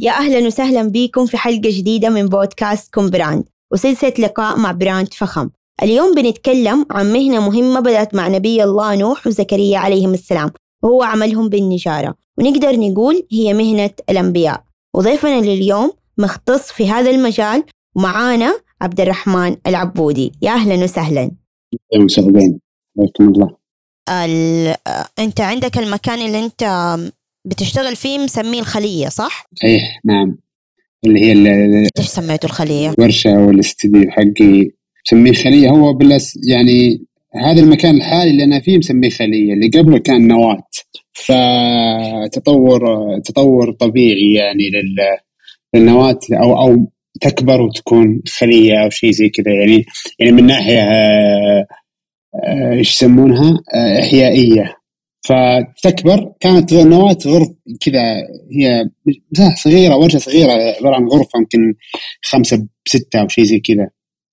يا أهلا وسهلا بكم في حلقة جديدة من بودكاستكم براند وسلسلة لقاء مع براند فخم. اليوم بنتكلم عن مهنة مهمة بدأت مع نبي الله نوح وزكريا عليهم السلام، وهو عملهم بالنجارة، ونقدر نقول هي مهنة الأنبياء. وضيفنا لليوم مختص في هذا المجال، ومعانا عبد الرحمن العبودي. يا أهلا وسهلا. أهلا وسهلا بكم الله. أنت عندك المكان اللي أنت بتشتغل فيه مسميه الخلية صح؟ إيه نعم، اللي هي إيش سميته الخلية؟ الورشة والاستديو حقي مسميه خلية. هو يعني هذا المكان الحالي اللي أنا فيه مسميه خلية، اللي قبله كان نواة. فتطور طبيعي يعني للنواة أو تكبر وتكون خلية أو شيء زي كذا، يعني من ناحية إيش يسمونها إحيائية. فتكبر، كانت نواة غرف كذا، هي مساحة صغيرة، ورشة صغيرة عبارة عن غرفة يمكن 5 ب6 أو شيء زي كذا.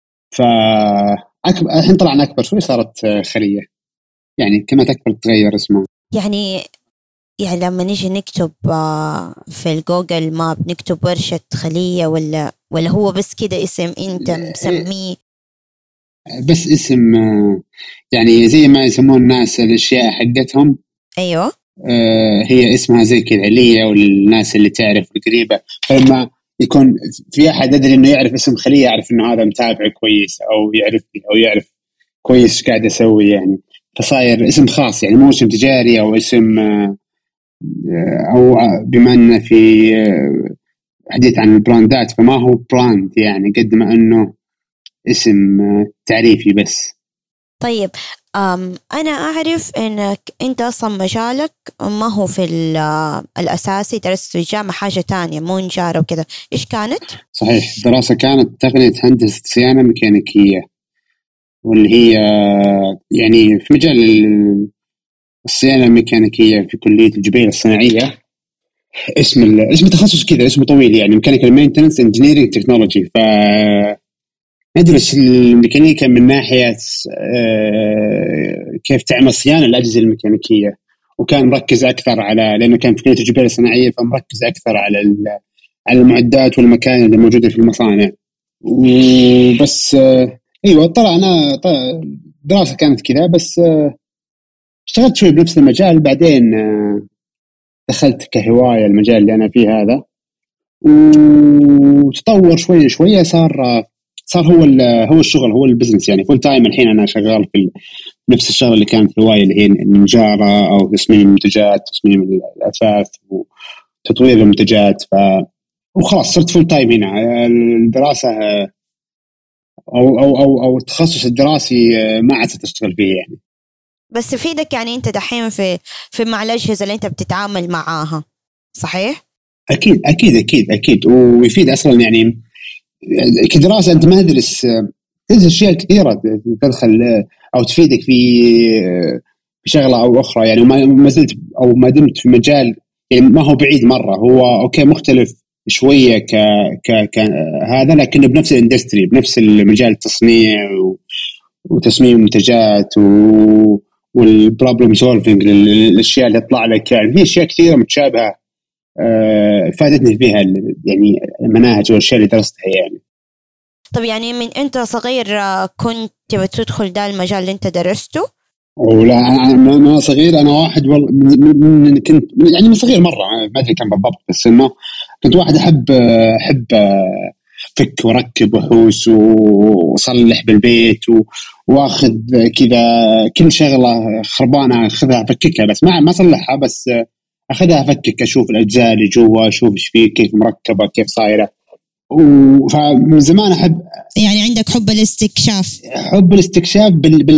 الحين طلعنا أكبر شوي، صارت خلية. يعني كما تكبر تغير اسمها. يعني لما نيجي نكتب في الجوجل ماب نكتب ورشة خلية ولا هو بس كده اسم أنت مسميه؟ بس اسم، يعني زي ما يسمون الناس الأشياء حقتهم. أيوه. هي اسمها زي كذا لي، أو الناس اللي تعرف القريبة. فلما يكون في أحد أدري إنه يعرف اسم خلية، يعرف إنه هذا متابع كويس، أو يعرف كويس قاعد أسوي يعني. فصاير اسم خاص، يعني مو اسم تجاري أو اسم أو بما أن في حديث عن البراندات، فما هو براند يعني قد ما أنه اسم تعريفي بس. طيب أنا أعرف إنك أنت أصلا مجالك ما هو في الأساسي، درست في الجامعة حاجة تانية مو نجارة وكذا، إيش كانت؟ صحيح، الدراسة كانت تقنية هندسة صيانة ميكانيكية، واللي هي يعني في مجال الصيانة الميكانيكية في كلية الجبيل الصناعية. اسم التخصص كذا، اسمه طويل يعني Mechanical Maintenance Engineering Technology. ندرس الميكانيكا من ناحية كيف تعمل صيانة الأجهزة الميكانيكية، وكان مركز أكثر على، لأنه كان في كلية الجبيل الصناعية، فمركز أكثر على المعدات والمكائن اللي موجودة في المصانع وبس. أيوة، طلعنا دراسة كانت كذا بس. اشتغلت شوي بنفس المجال، بعدين دخلت كهواية المجال اللي أنا فيه هذا، وتطور شوي شوية. صار هو الشغل، هو البزنس يعني فول تايم. الحين أنا شغال في نفس الشغل اللي كانت هواية، اللي هي النجارة أو تصميم المنتجات، تصميم الأثاث وتطوير المنتجات. وخلاص صرت فول تايم هنا. الدراسة أو التخصص الدراسي ما عاد أشتغل فيه يعني. بس يفيدك يعني أنت دحين في مع الأجهزة اللي أنت بتتعامل معاها، صحيح؟ أكيد أكيد أكيد أكيد، ويفيد أصلا يعني. كدراسة أنت ما تدرس أشياء كثيرة تدخل أو تفيدك في شغلة أو أخرى يعني. وما زلت أو ما دمت في مجال يعني ما هو بعيد مرة، هو أوكي مختلف شوية هذا، لكنه بنفس الاندستري، بنفس المجال، التصنيع وتصميم المنتجات والبروبلم سولفينج للأشياء اللي تطلع لك. يعني في أشياء كثيرة متشابهة فادتني فيها يعني المناهج والأشياء اللي درستها يعني. طب يعني من أنت صغير كنت بتدخل ده المجال اللي أنت درسته؟ ولا أنا صغير، أنا واحد كنت يعني من صغير مرة ما أدري كم بالضبط، بس إنه كنت واحد أحب فك وركب وحوس وصلح بالبيت واخذ كذا كل شغلة خربانة أخذها أفككها، بس ما أصلحها، بس أخذها أفكك، أشوف الأجزاء اللي جوا، أشوف إيش فيه، كيف مركبة، كيف صايرة. فمن زمان أحب، يعني عندك حب الاستكشاف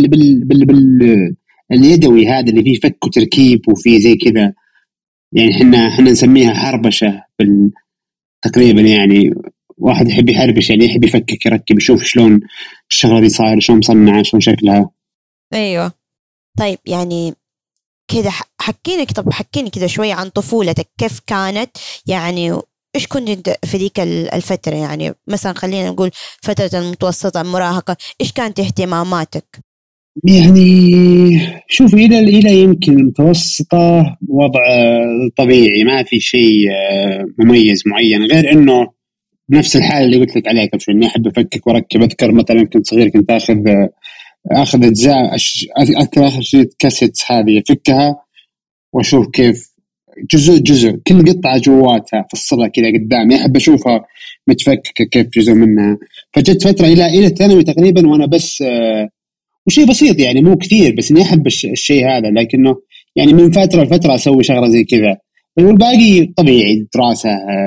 اليدوي هذا اللي فيه فك وتركيب وفيه زي كذا. يعني احنا نسميها حربشة تقريبا. يعني واحد يحب يحربش، يعني يحب يفكك يركب، يشوف شلون الشغلة دي صايرة، شلون مصنعة، شلون شكلها. أيوة. طيب يعني كده حكيني كده شوية عن طفولتك، كيف كانت يعني؟ إيش كنت في ذيك الفترة يعني؟ مثلا خلينا نقول فترة المتوسطة، المراهقة، إيش كانت اهتماماتك؟ يعني شوف إلى يمكن المتوسطة وضع طبيعي، ما في شيء مميز معين، غير إنه نفس الحالة اللي قلت لك عليها قبل شوي، إني أحب أفكك وأركب. أذكر مثلا كنت صغير كنت آخذ أجزاء أذكر آخر شيء كاسيت هذه أفكها وأشوف كيف جزء كل قطعة جواتها فصلها كذا قدامي، أحب أشوفها متفككة كيف جزء منها. فجت فترة إلى الثانوي تقريبا وأنا بس وشيء بسيط يعني مو كثير، بس إني أحب الشيء هذا، لكنه يعني من فترة لفترة أسوي شغلة زي كذا. والباقي طبيعي دراسة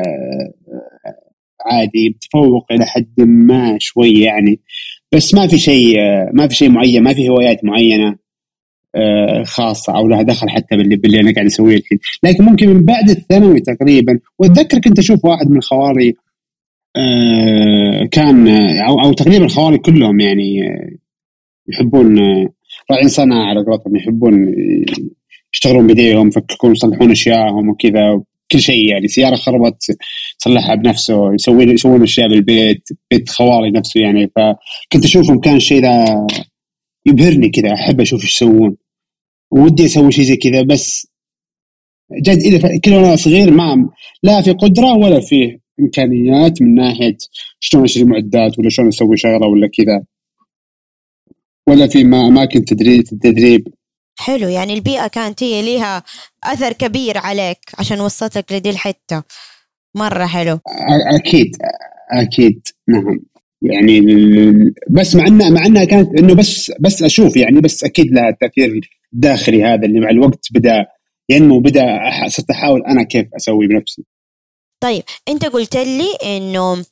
عادي، تفوق إلى حد ما شوي يعني، بس ما في شيء معين، ما في هوايات معينة خاصة أو لها دخل حتى باللي أنا قاعد أسويه الحين. لكن ممكن من بعد الثانوي تقريبا، وأتذكر كنت أشوف واحد من خواري كان أو تقريبا خواري كلهم يعني يحبون راعين صناعة على قولتهم، يحبون يشتغلون بيديهم، يفككون يصلحون أشياءهم وكذا كل شيء يعني. سيارة خربت يصلحها بنفسه، يسوون أشياء بالبيت، بيت خواري نفسه يعني. فكنت أشوفهم كان الشيء ذا يبهرني كذا، أحب أشوف إيش يسوون ودي أسوي شيء زي كذا. بس جد إذا كل وأنا صغير لا في قدرة ولا في إمكانيات من ناحية شلون أشتري معدات ولا شلون أسوي شغلة ولا كذا، ولا في أماكن تدريب. حلو، يعني البيئة كانت هي ليها أثر كبير عليك عشان وصلتك لدي الحتة. مرة حلو. أكيد نعم. يعني بس مع انها كانت انه بس اشوف يعني، بس اكيد لها التاثير الداخلي هذا اللي مع الوقت بدا ينمو، صرت احاول انا كيف اسوي بنفسي. طيب انت قلت لي انه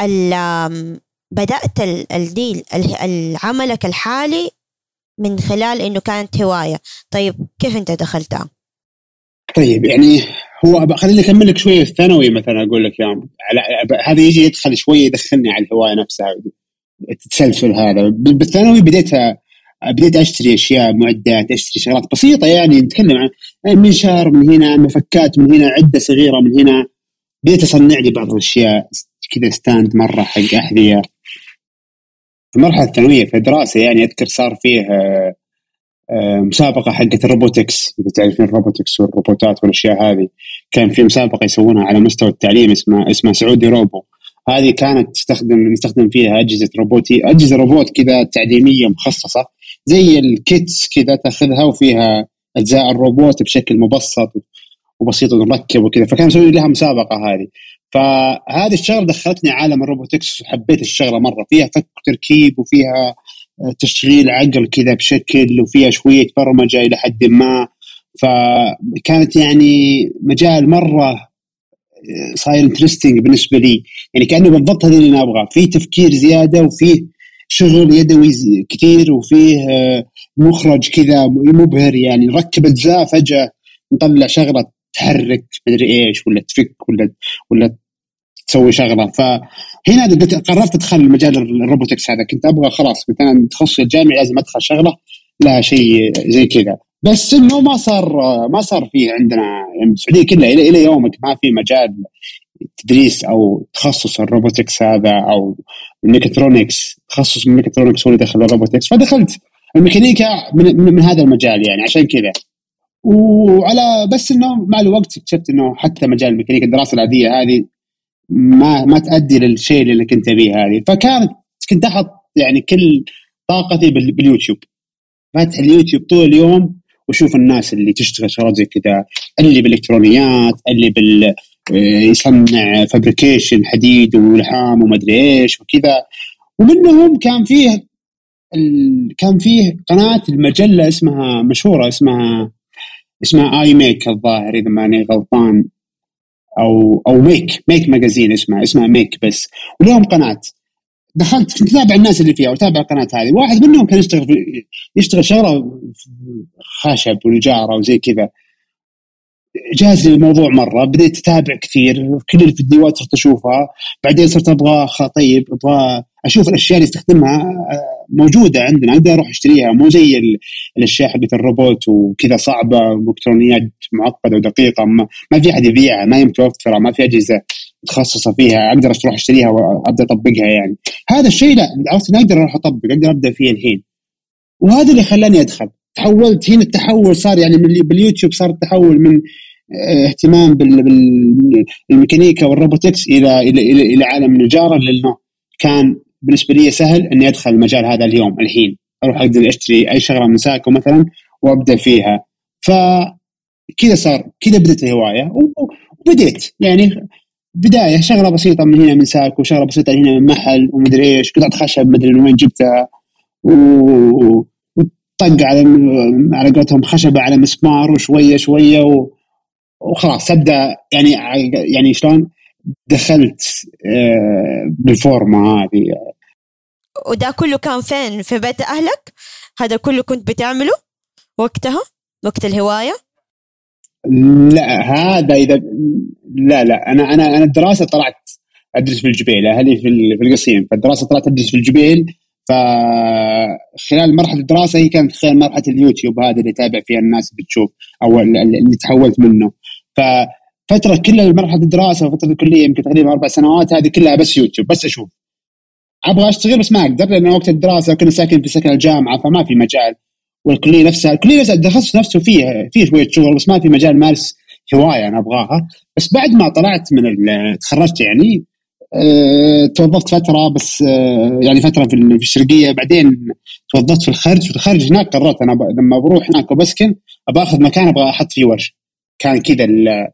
بدأت الديل عملك الحالي من خلال انه كانت هواية. طيب كيف انت دخلتها؟ طيب يعني هو خليني اكمل لك شويه. في الثانوي مثلا اقول لك يعني هذا يجي يدخل شويه يدخلني على الهوايه نفسها، التسلسل هذا. بالثانوي بديت اشتري اشياء، معدات، اشتري شغلات بسيطه يعني، نتكلم عن منشار من هنا، مفكات من هنا، عده صغيره من هنا. بديت اصنع لي بعض الاشياء كذا، ستاند مره حق احذيه. في المرحله الثانويه في الدراسه يعني اذكر صار فيه مسابقه حقت الروبوتكس، اذا تعرفين الروبوتكس والروبوتات والاشياء هذه. كان في مسابقه يسوونها على مستوى التعليم اسمها سعودي روبو. هذه كانت نستخدم فيها اجهزه روبوت كذا تعليميه مخصصه، زي الكيتس كذا تاخذها وفيها اجزاء الروبوت بشكل مبسط وبسيط ونركب وكذا. فكان مسوي لها مسابقه هذه. فهذه الشغله دخلتني عالم الروبوتكس وحبيت الشغله مره، فيها فك وتركيب وفيها تشغيل عقل كذا بشكل، وفيها شويه برمجه الى حد ما. فكانت يعني مجال مره صاير انترستنج بالنسبه لي، يعني كانه بالضبط هذا اللي انا ابغاه، في تفكير زياده وفيه شغل يدوي كثير وفيه مخرج كذا مبهر يعني. نركب اجزاء فجاه نطلع شغله تحرك مدري ايش، ولا تفك ولا تسوي شغله. فهنا قررت ادخل مجال الروبوتكس هذا. كنت ابغى خلاص، كنت انا تخصصي الجامعي لازم ادخل شغله لها شيء زي كذا. بس انه ما صار فيه عندنا يعني السعوديه كلها الى يومك ما في مجال تدريس او تخصص الروبوتكس هذا، او الميكاترونكس، تخصص من الميكاترونكس هو اللي دخل الروبوتكس. فدخلت الميكانيكا من هذا المجال يعني عشان كذا. وعلى بس انه مع الوقت اكتشفت انه حتى مجال الميكانيكا الدراسه العاديه هذه ما تؤدي للشيء اللي كنت ابيه هذه. كنت احط يعني كل طاقتي باليوتيوب، فاتح اليوتيوب طول اليوم وشوف الناس اللي تشتغل شغلات زي كذا، اللي بالالكترونيات، اللي يصنع فابريكيشن حديد ولحام وما ادري ايش وكذا. ومنهم كان فيه قناه المجله اسمها مشهوره، اسمها اي ميك الظاهر اذا ماني غلطان، او ميك ماجازين، اسمها ميك بس. ولهم قناه دخلت كنت اتابع الناس اللي فيها وتابع القناه هذه. واحد منهم كان يشتغل شغله خشب والجاره وزي كذا. جاز لي الموضوع مره، بديت اتابع كثير كل الفيديوهات صرت اشوفها. بعدين صرت ابغى اشوف الاشياء اللي يستخدمها موجوده عندنا، اقدر اروح اشتريها، مو زي الاشياء حقت الروبوت وكذا صعبه والكترونيات معقده ودقيقه ما في احد يبيعها، ما هي متوفره، ما في اجهزه متخصصه فيها اقدر اروح اشتريها وابدا اطبقها يعني. هذا الشيء لا، عرفت اني اقدر اروح اطبق، اقدر ابدا فيه الحين. وهذا اللي خلاني أدخل. تحولت هنا، التحول صار يعني باليوتيوب صار التحول من اهتمام بالميكانيكا والروبوتكس إلى عالم النجارة، لأنه كان بالنسبة لي سهل أني أدخل المجال هذا الحين أروح أقدر أشتري أي شغلة من ساكو مثلا وأبدأ فيها. فكذا صار كذا بدأت الهواية، وبدأت يعني بداية شغلة بسيطة من هنا من ساكو، شغلة بسيطة هنا من محل ومدري إيش، قطعة خشب مدري من وين جبتها، وطق على قولتهم خشبة على مسمار وشوية شوية وخلاص أبدأ يعني شلون دخلت بالفورمة هذه. وده كله كان فين؟ في بيت أهلك؟ هذا كله كنت بتعمله وقتها، وقت الهواية؟ لا هذا إذا لا أنا الدراسة طلعت أدرس في الجبيل، أهلي في القصيم، فالدراسة طلعت أدرس في الجبيل. فخلال مرحلة الدراسة هي كانت خلال مرحلة اليوتيوب هذا اللي تابع فيها الناس بتشوف، أو اللي تحولت منه. ففترة كلها مرحلة الدراسة وفترة الكلية يمكن تقريبا 4 سنوات هذه كلها بس يوتيوب، بس أشوف. أبغى أشتغل بس ما أقدر، لأن وقت الدراسة كنا ساكن في سكن الجامعة فما في مجال، والكلية نفسها التخصص نفسه فيه شوية شغل بس ما في مجال مارس هواية أنا أبغاها. بس بعد ما طلعت تخرجت يعني توظفت فترة بس يعني فترة في الشرقية، بعدين توظفت في الخارج هناك قررت أنا لما بروح هناك وبسكن أبغى أخذ مكان أبغى أحط فيه ورشة. كان كذا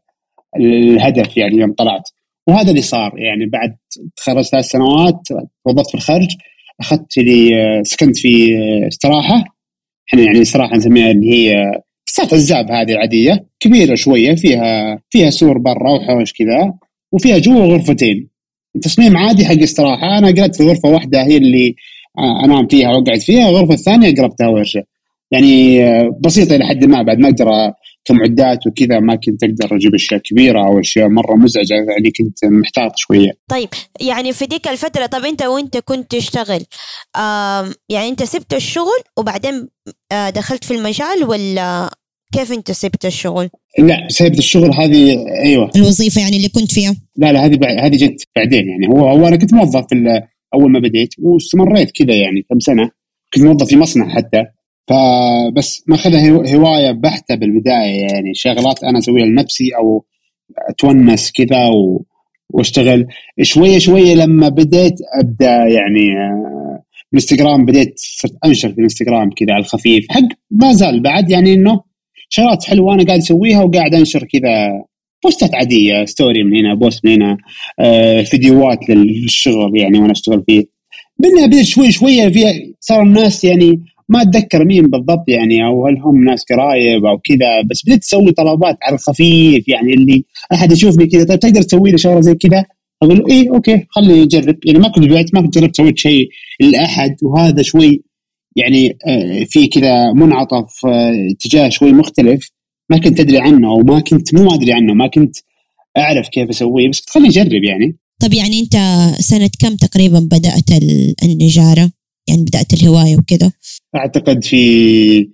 الهدف يعني يوم طلعت، وهذا اللي صار. يعني بعد تخرجت 3 سنوات توظفت في الخارج، أخذت لي سكنت في استراحة، احنا يعني صراحة نسميها اللي هي قصة الزاب هذه العادية، كبيرة شوية، فيها سور برا وحوش كذا، وفيها جوا غرفتين، تصميم عادي حق استراحة. أنا قعدت في غرفة واحدة هي اللي أنام فيها وقعد فيها، الغرفة الثانية قربتها ورشة يعني بسيطة إلى حد ما. بعد ما أقدر كمعدات وكذا ما كنت أقدر أجيب أشياء كبيرة أو أشياء مرة مزعجة، يعني كنت محتاط شوية. طيب يعني في ديك الفترة، طب وانت كنت تشتغل يعني انت سبت الشغل وبعدين دخلت في المجال، ولا كيف انت سبت الشغل؟ لا سبت الشغل هذه أيوة الوظيفة يعني اللي كنت فيها. لا هذه جت بعدين. يعني هو أنا كنت موظف في أول ما بديت واستمريت كذا يعني كم سنة، كنت موظف في مصنع حتى، فبس ما أخذها هواية بحتة بالبداية، يعني شغلات أنا أسويها لنفسي أو أتونس كذا واشتغل شوية شوية. لما بديت أبدأ يعني الانستغرام، بديت صرت أنشر في الانستغرام كذا على الخفيف، حق ما زال بعد يعني إنه شغلات حلوة أنا قاعد أسويها وقاعد أنشر كذا بوستات عادية، ستوري من هنا بوست من هنا، فيديوهات للشغل يعني وأنا أشتغل فيه. بدأ شوي شوية فيها صار الناس يعني ما أتذكر مين بالضبط يعني، أو هل هم ناس قرايب أو كذا، بس بديت تسوي طلبات على الخفيف يعني اللي أحد يشوفني كذا طيب تقدر تسوي لي شغلة زي كذا، أقول له إيه أوكي خلي نجرب. يعني ما كنت جربت سويت شيء لأحد، وهذا شوي يعني في كذا منعطف اتجاه شوي مختلف ما كنت أدري عنه، أو ما كنت مو أدري عنه، ما كنت أعرف كيف أسويه، بس خلي نجرب يعني. طب يعني أنت سنة كم تقريبا بدأت النجارة، يعني بدأت الهواية وكذا؟ أعتقد في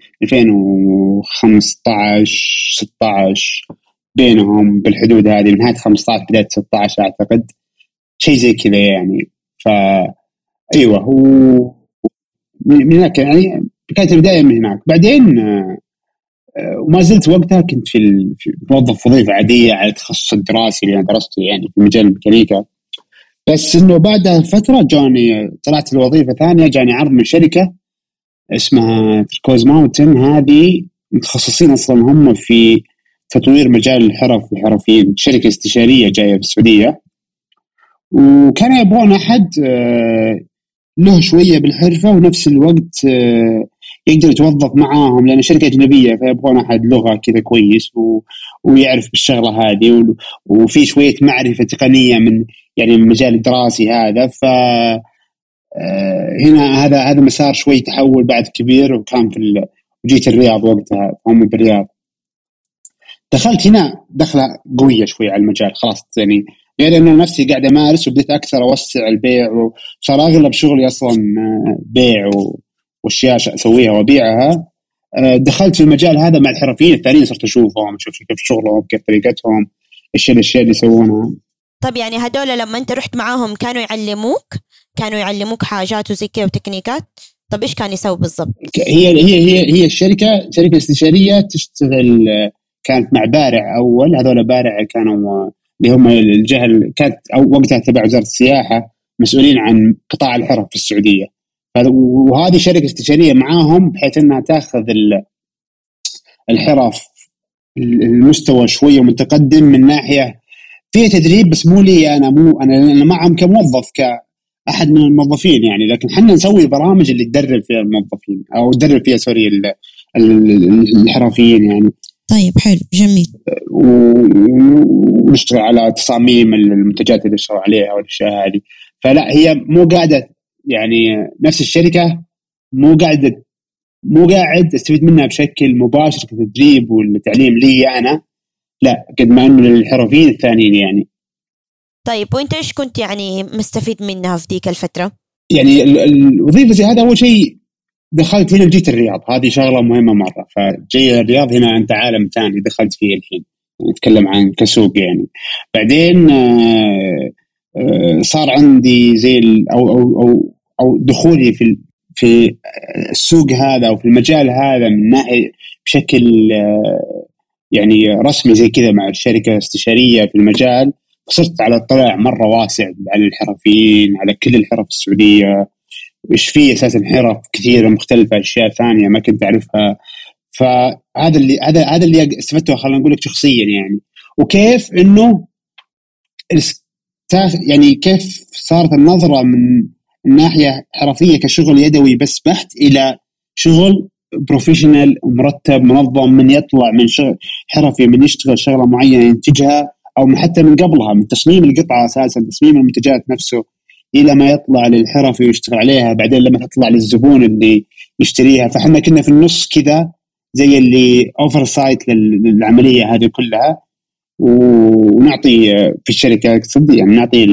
2015 16 بينهم بالحدود هذه، من نهاية 15 بداية 16 أعتقد شيء زي كذا يعني. أيوة هو من هناك يعني كانت البداية من هناك. بعدين وما زلت وقتها كنت في موظف وظيفة عادية على التخصص الدراسي اللي أنا درسته يعني في مجال الميكانيكا، بس إنه بعدها فترة طلعت الوظيفة ثانية، جاني عرض من شركة اسمها تركوز ماونتن، هذه متخصصين أصلا هم في تطوير مجال الحرفيين، شركة استشارية جاية في السعودية، وكانوا يبغون أحد له شوية بالحرفة ونفس الوقت يقدر يتوظف معاهم، لأن شركة أجنبية فيبغون أحد لغة كذا كويس ويعرف بالشغلة هذه، وفي شوية معرفة تقنية من يعني المجال الدراسي هذا. ف هنا هذا مسار شوي تحول بعد كبير، وكان جيت الرياض وقتها، هم بالرياض. دخلت هنا دخلة قوية شوي على المجال خلاص يعني، غير أنه نفسي قاعد أمارس وبديت أكثر أوسع البيع، وصار أغلب شغلي أصلا بيع وأشياء أسويها وأبيعها. دخلت في المجال هذا مع الحرفيين الثانيين، صرت أشوفهم كيف شغلهم كيف طريقتهم الأشياء اللي يسوونها. طب يعني هدول لما أنت رحت معاهم كانوا يعلموك حاجات وزي كده وتكنيكات؟ طب إيش كان يسوي بالضبط؟ هي شركة استشارية تشتغل، كانت مع بارع أول. هذول بارع كانوا اللي هم الجهة كانت أو وقتها تبع وزارة السياحة، مسؤولين عن قطاع الحرف في السعودية. وهذه شركة استشارية معاهم بحيث أنها تأخذ الحرف المستوى شوية متقدم من ناحية فيه تدريب، بس مو لي أنا معهم كموظف كأحد من الموظفين يعني، لكن حنا نسوي برامج اللي تدرب فيها الموظفين أو تدرب فيها الحرفيين يعني. طيب حلو جميل. ونشتغل على تصاميم المنتجات اللي نشتغل عليها والأشياء هذه. فلا هي مو قاعدة يعني نفس الشركة مو قاعد استفيد منها بشكل مباشر كتدريب والتعليم لي أنا، لا قد ما إنه للحرفيين الثانيين يعني. طيب وأنت إيش كنت يعني مستفيد منها في ذيك الفترة؟ يعني الوظيفة زي هذا أول شيء دخلت هنا جيت الرياض، هذه شغلة مهمة مرة. فجي الرياض هنا أنت عالم ثاني دخلت فيه الحين، نتكلم عن كسوق يعني. بعدين صار عندي زي أو دخولي في السوق هذا أو في المجال هذا من ناحية بشكل يعني رسمي زي كذا مع الشركة الاستشارية في المجال. صرت على اطلاع مرة واسع على الحرفيين، على كل الحرف السعودية، إيش فيه أساساً حرف كثيرة مختلفة، أشياء ثانية ما كنت أعرفها. فهذا اللي استفدته خلينا نقول لك شخصياً يعني. وكيف إنه يعني كيف صارت النظرة من الناحية حرفية كشغل يدوي بس بحت إلى شغل بروفيشنال ومرتب منظم، من يطلع من شغل حرفي، من يشتغل شغلة معينة ينتجها، أو حتى من قبلها من تصميم القطعة أساساً، تصميم المنتجات نفسه، إلى ما يطلع للحرفي ويشتغل عليها، بعدين لما تطلع للزبون اللي يشتريها. فحنا كنا في النص كذا زي اللي أوفر سايت للعملية هذه كلها، ونعطي في الشركة تصدق يعني نعطي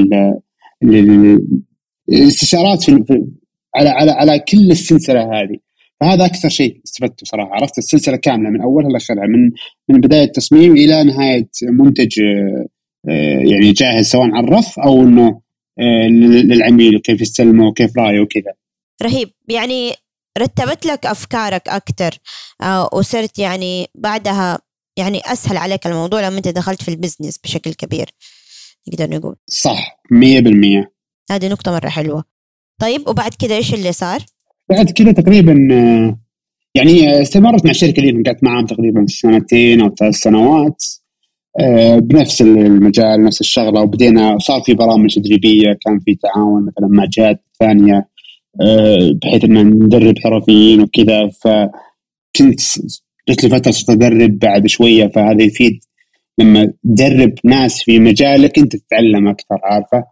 الاستشارات على كل السلسلة هذه. فهذا أكثر شيء استفدته صراحة، عرفت السلسلة كاملة من أولها لآخرها، من بداية التصميم إلى نهاية منتج يعني جاهز، سواء على الرف أو إنه للعميل وكيف يستلمه وكيف رأيه وكذا. رهيب. يعني رتبت لك أفكارك أكتر وصرت يعني بعدها يعني أسهل عليك الموضوع لما أنت دخلت في البزنس بشكل كبير، نقدر نقول. صح 100%. هذه نقطة مرة حلوة. طيب وبعد كده إيش اللي صار؟ بعد كده تقريبا يعني استمرت مع الشركة اللي قعدت معهم تقريبا 2 أو 3 سنوات بنفس المجال نفس الشغلة، وبدينا صار في برامج تدريبية، كان في تعاون مثلا مع جهات ثانية بحيث أن ندرب حرفيين وكذا. فكنت جت لي فترة صرت أدرب بعد شوية، فهذا يفيد لما تدرب ناس في مجالك أنت تتعلم أكثر، عارفة.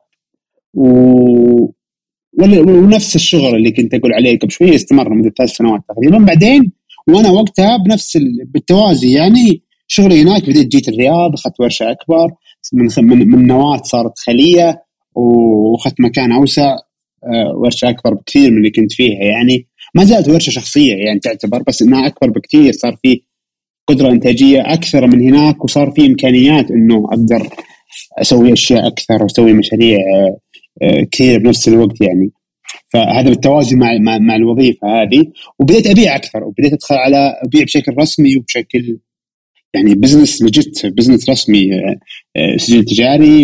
ونفس الشغل اللي كنت أقول عليه قبل شوية استمر مدة 3 سنوات تقريبا. بعدين وأنا وقتها بالتوازي يعني شغلي هناك، بديت جيت الرياض، أخذت ورشة أكبر من نواة صارت خلية، وأخذت مكان أوسع، ورشة أكبر بكثير من اللي كنت فيها يعني. ما زالت ورشة شخصية يعني تعتبر، بس إنها أكبر بكثير، صار فيه قدرة إنتاجية أكثر من هناك، وصار فيه إمكانيات إنه أقدر أسوي أشياء أكثر وأسوي مشاريع كثير بنفس الوقت يعني. فهذا بالتوازي مع الوظيفة هذه. وبديت أبيع أكثر، وبديت أدخل على أبيع بشكل رسمي وبشكل يعني بزنس لجت، بزنس رسمي، سجل تجاري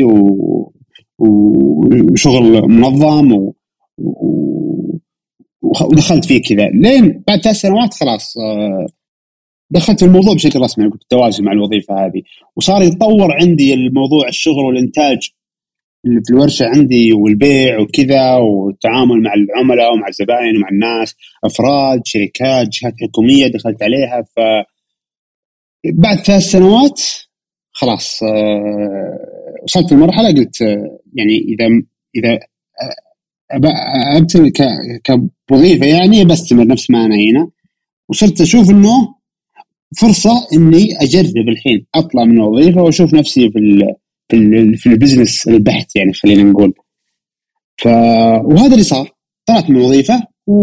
وشغل منظم ودخلت فيه كذا لين بعد 3 سنوات خلاص دخلت في الموضوع بشكل رسمي بالتوازي مع الوظيفة هذه. وصار يتطور عندي الموضوع، الشغل والإنتاج اللي في الورشة عندي والبيع وكذا، والتعامل مع العملاء ومع الزبائن ومع الناس، أفراد، شركات، جهات حكومية دخلت عليها. فبعد 3 سنوات خلاص وصلت المرحلة قلت يعني إذا أبتل كوظيفة يعني بستمر نفس ما أنا هنا. وصرت أشوف إنه فرصة إني أجرب الحين أطلع من الوظيفة وأشوف نفسي في البزنس البحث يعني خلينا نقول. وهذا اللي صار، طلعت من الوظيفة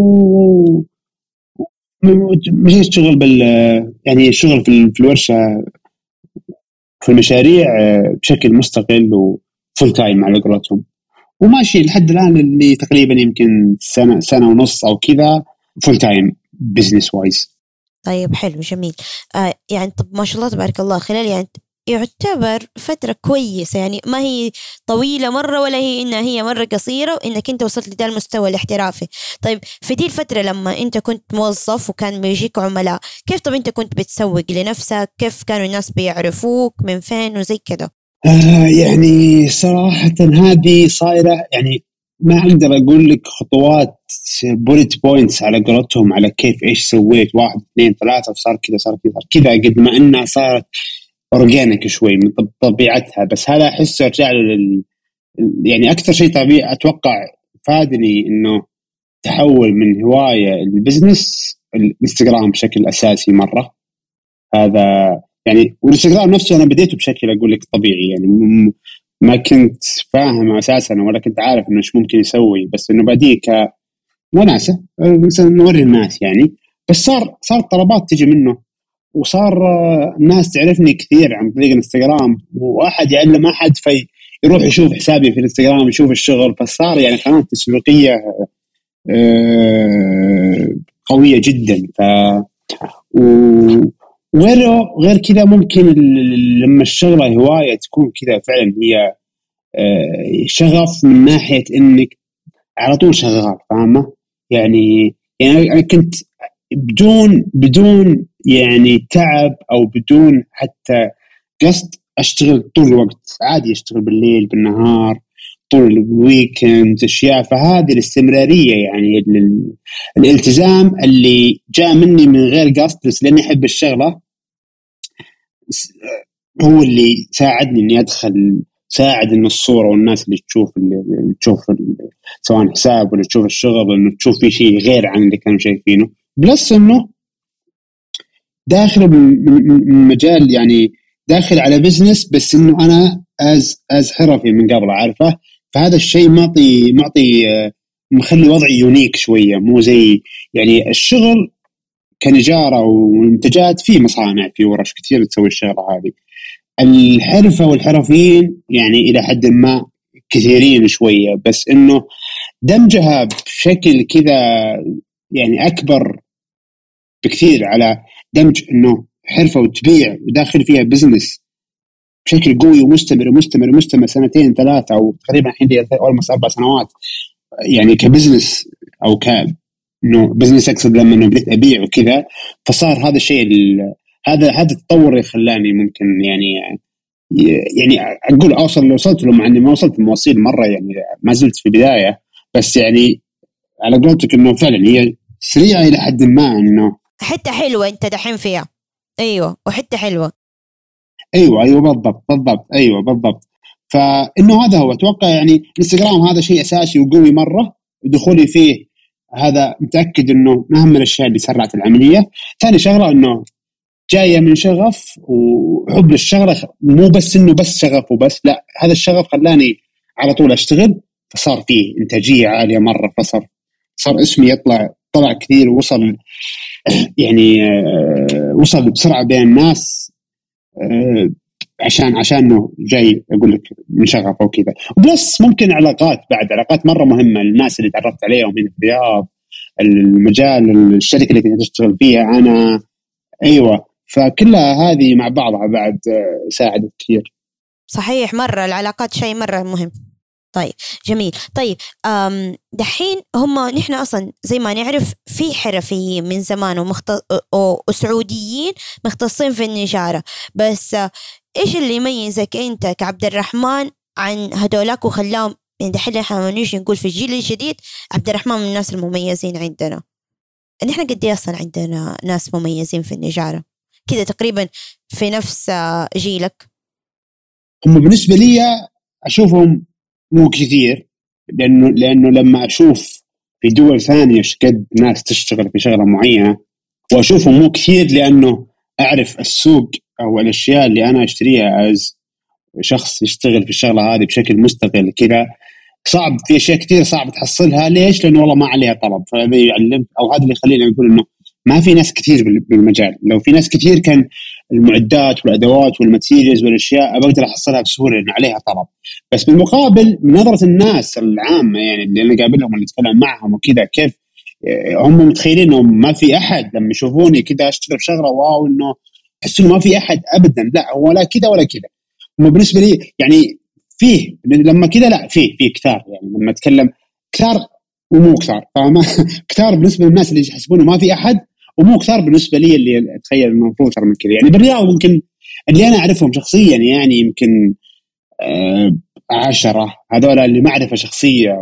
ومشيت شغل يعني الشغل في الورشة في المشاريع بشكل مستقل وفول تايم على قولتهم، وماشي لحد الآن اللي تقريبا يمكن سنة ونص أو كذا. فول تايم بزنس وايز. طيب حلو جميل. يعني طب ما شاء الله تبارك الله، خلال يعني يعتبر فترة كويسة، يعني ما هي طويلة مرة ولا هي إنها هي مرة قصيرة وإنك أنت وصلت لده المستوى الاحترافي. طيب في دي الفترة لما أنت كنت موظف وكان بيجيك عملاء، كيف طب أنت كنت بتسوق لنفسك؟ كيف كانوا الناس بيعرفوك من فين وزي كده؟ يعني صراحة هذه صايرة، يعني ما أقدر أقول لك خطوات بوليت بوينتس على قولتهم على كيف إيش سويت 1 2 3 وصار كذا صار كذا قد ما إنها صارت أورجانيك شوي من طبيعتها. بس هذا أحسه رجع يعني أكثر شيء طبيعي أتوقع فادني إنه تحول من هواية البزنس الانستغرام بشكل أساسي مرة. هذا يعني والانستغرام نفسه أنا بديته بشكل أقول لك طبيعي، يعني ما كنت فاهم أساسا ولا كنت عارف إنه إيش ممكن يسوي، بس إنه بديه كمناسة مثلا نوري الناس يعني. بس صار طلبات تجي منه، وصار الناس تعرفني كثير عن طريق الانستغرام، واحد يعلم احد فيروح يشوف حسابي في الانستغرام يشوف الشغل، فصار يعني قناة تسويقية قوية جدا. وغير كذا ممكن لما الشغلة هواية تكون كذا فعلا هي شغف من ناحية انك على طول شغال، فاهمة؟ يعني انا كنت بدون يعني تعب او بدون حتى قصد اشتغل طول الوقت عادي، اشتغل بالليل بالنهار طول الويكند اشياء. فهذه الاستمراريه يعني الالتزام اللي جاء مني من غير قصد بس لاني احب الشغله هو اللي ساعدني اني ادخل، ساعد ان الصوره والناس اللي تشوف سواء حساب ولا تشوف الشغل انه تشوف في شيء غير عن اللي كانوا شايفينه. بلس انه داخل من مجال يعني داخل على بزنس بس انه انا از حرفي من قبل عارفه. فهذا الشيء معطي مخلي وضعي يونيك شويه، مو زي يعني الشغل كنجاره ومنتجات في مصانع في ورش كثير تسوي الشغله هذه. الحرفه والحرفيين يعني الى حد ما كثيرين شويه، بس انه دمجها بشكل كذا يعني اكبر بكثير على دمج انه حرفه وتبيع وداخل فيها بزنس بشكل قوي ومستمر 2 3 او تقريبا الحين لي اولموست 4 سنوات يعني كبزنس او انه بزنس اقصد لما انه بديت ابيع وكذا. فصار هذا الشيء هذا التطور اللي خلاني ممكن يعني اقول وصلت له، مع اني ما وصلت المواصيل مره يعني ما زلت في بدايه، بس يعني على قولتك انه فعلا هي سريعه الى حد ما انه حتة حلوة انت دحين فيها. ايوه وحتة حلوة. ايوه بالضبط ايوه بالضبط. فانه هذا هو اتوقع يعني الانستغرام هذا شيء اساسي وقوي مره، دخولي فيه هذا متاكد انه من اهم الاشياء اللي سرعت العمليه. ثاني شغله انه جايه من شغف وحب للشغله، مو بس انه بس شغف وبس، لا هذا الشغف خلاني على طول اشتغل، فصار فيه انتاجيه عاليه مره، صار اسمي طلع كثير ووصل يعني وصل بسرعه بين الناس عشانه جاي اقول لك من شغف او كذا. وبلس ممكن علاقات مره مهمه، الناس اللي تعرفت عليهم هنا في الرياض، المجال الشركه اللي كنت اشتغل فيها انا، ايوه فكلها هذه مع بعضها بعد ساعدت كثير. صحيح مرة العلاقات شيء مرة مهم. طيب جميل. طيب دحين نحن أصلا زي ما نعرف في حرفيين من زمان وسعوديين مختصين في النجارة، بس إيش اللي يميزك أنت كعبد الرحمن عن هدولاك وخلاهم يعني دحين احنا نيجي نقول في الجيل الجديد عبد الرحمن من الناس المميزين عندنا؟ نحن قد ايه أصلا عندنا ناس مميزين في النجارة كده تقريبا في نفس جيلك؟ هم بالنسبة لي أشوفهم مو كثير، لأنه لما أشوف في دول ثانية قد ناس تشتغل في شغلة معينة وأشوفهم مو كثير، لأنه أعرف السوق أو الأشياء اللي أنا أشتريها از شخص يشتغل في الشغلة هذه بشكل مستقل كذا صعب، في أشياء كثير صعب تحصلها. ليش؟ لأنه والله ما عليها طلب. فهذا يعلم أو هذا اللي يخليني أقول إنه ما في ناس كثير بالمجال. لو في ناس كثير كان المعدات والأدوات والماتيريالز والأشياء بقدر أحصلها بسهولة لأن عليها طلب. بس بالمقابل من نظرة الناس العامة يعني اللي أنا قابلهم اللي أتكلم معهم وكذا كيف هم متخيلين انه ما في احد لما يشوفوني كذا اشتغل في شغله واو انه يحسون ما في احد ابدا. لا هو لا كذا ولا كذا. هم بالنسبه لي يعني فيه لما كذا، لا فيه كثار، يعني لما اتكلم كثار ومو كثار، فاهمه؟ كثار بالنسبه للناس اللي يحسبونه ما في احد، ومو كثار بالنسبه لي اللي اتخيل انه المفروض اكثر من كذا. يعني بالرياض ممكن اللي انا اعرفهم شخصيا يعني يمكن 10 هذول اللي معرفه شخصيه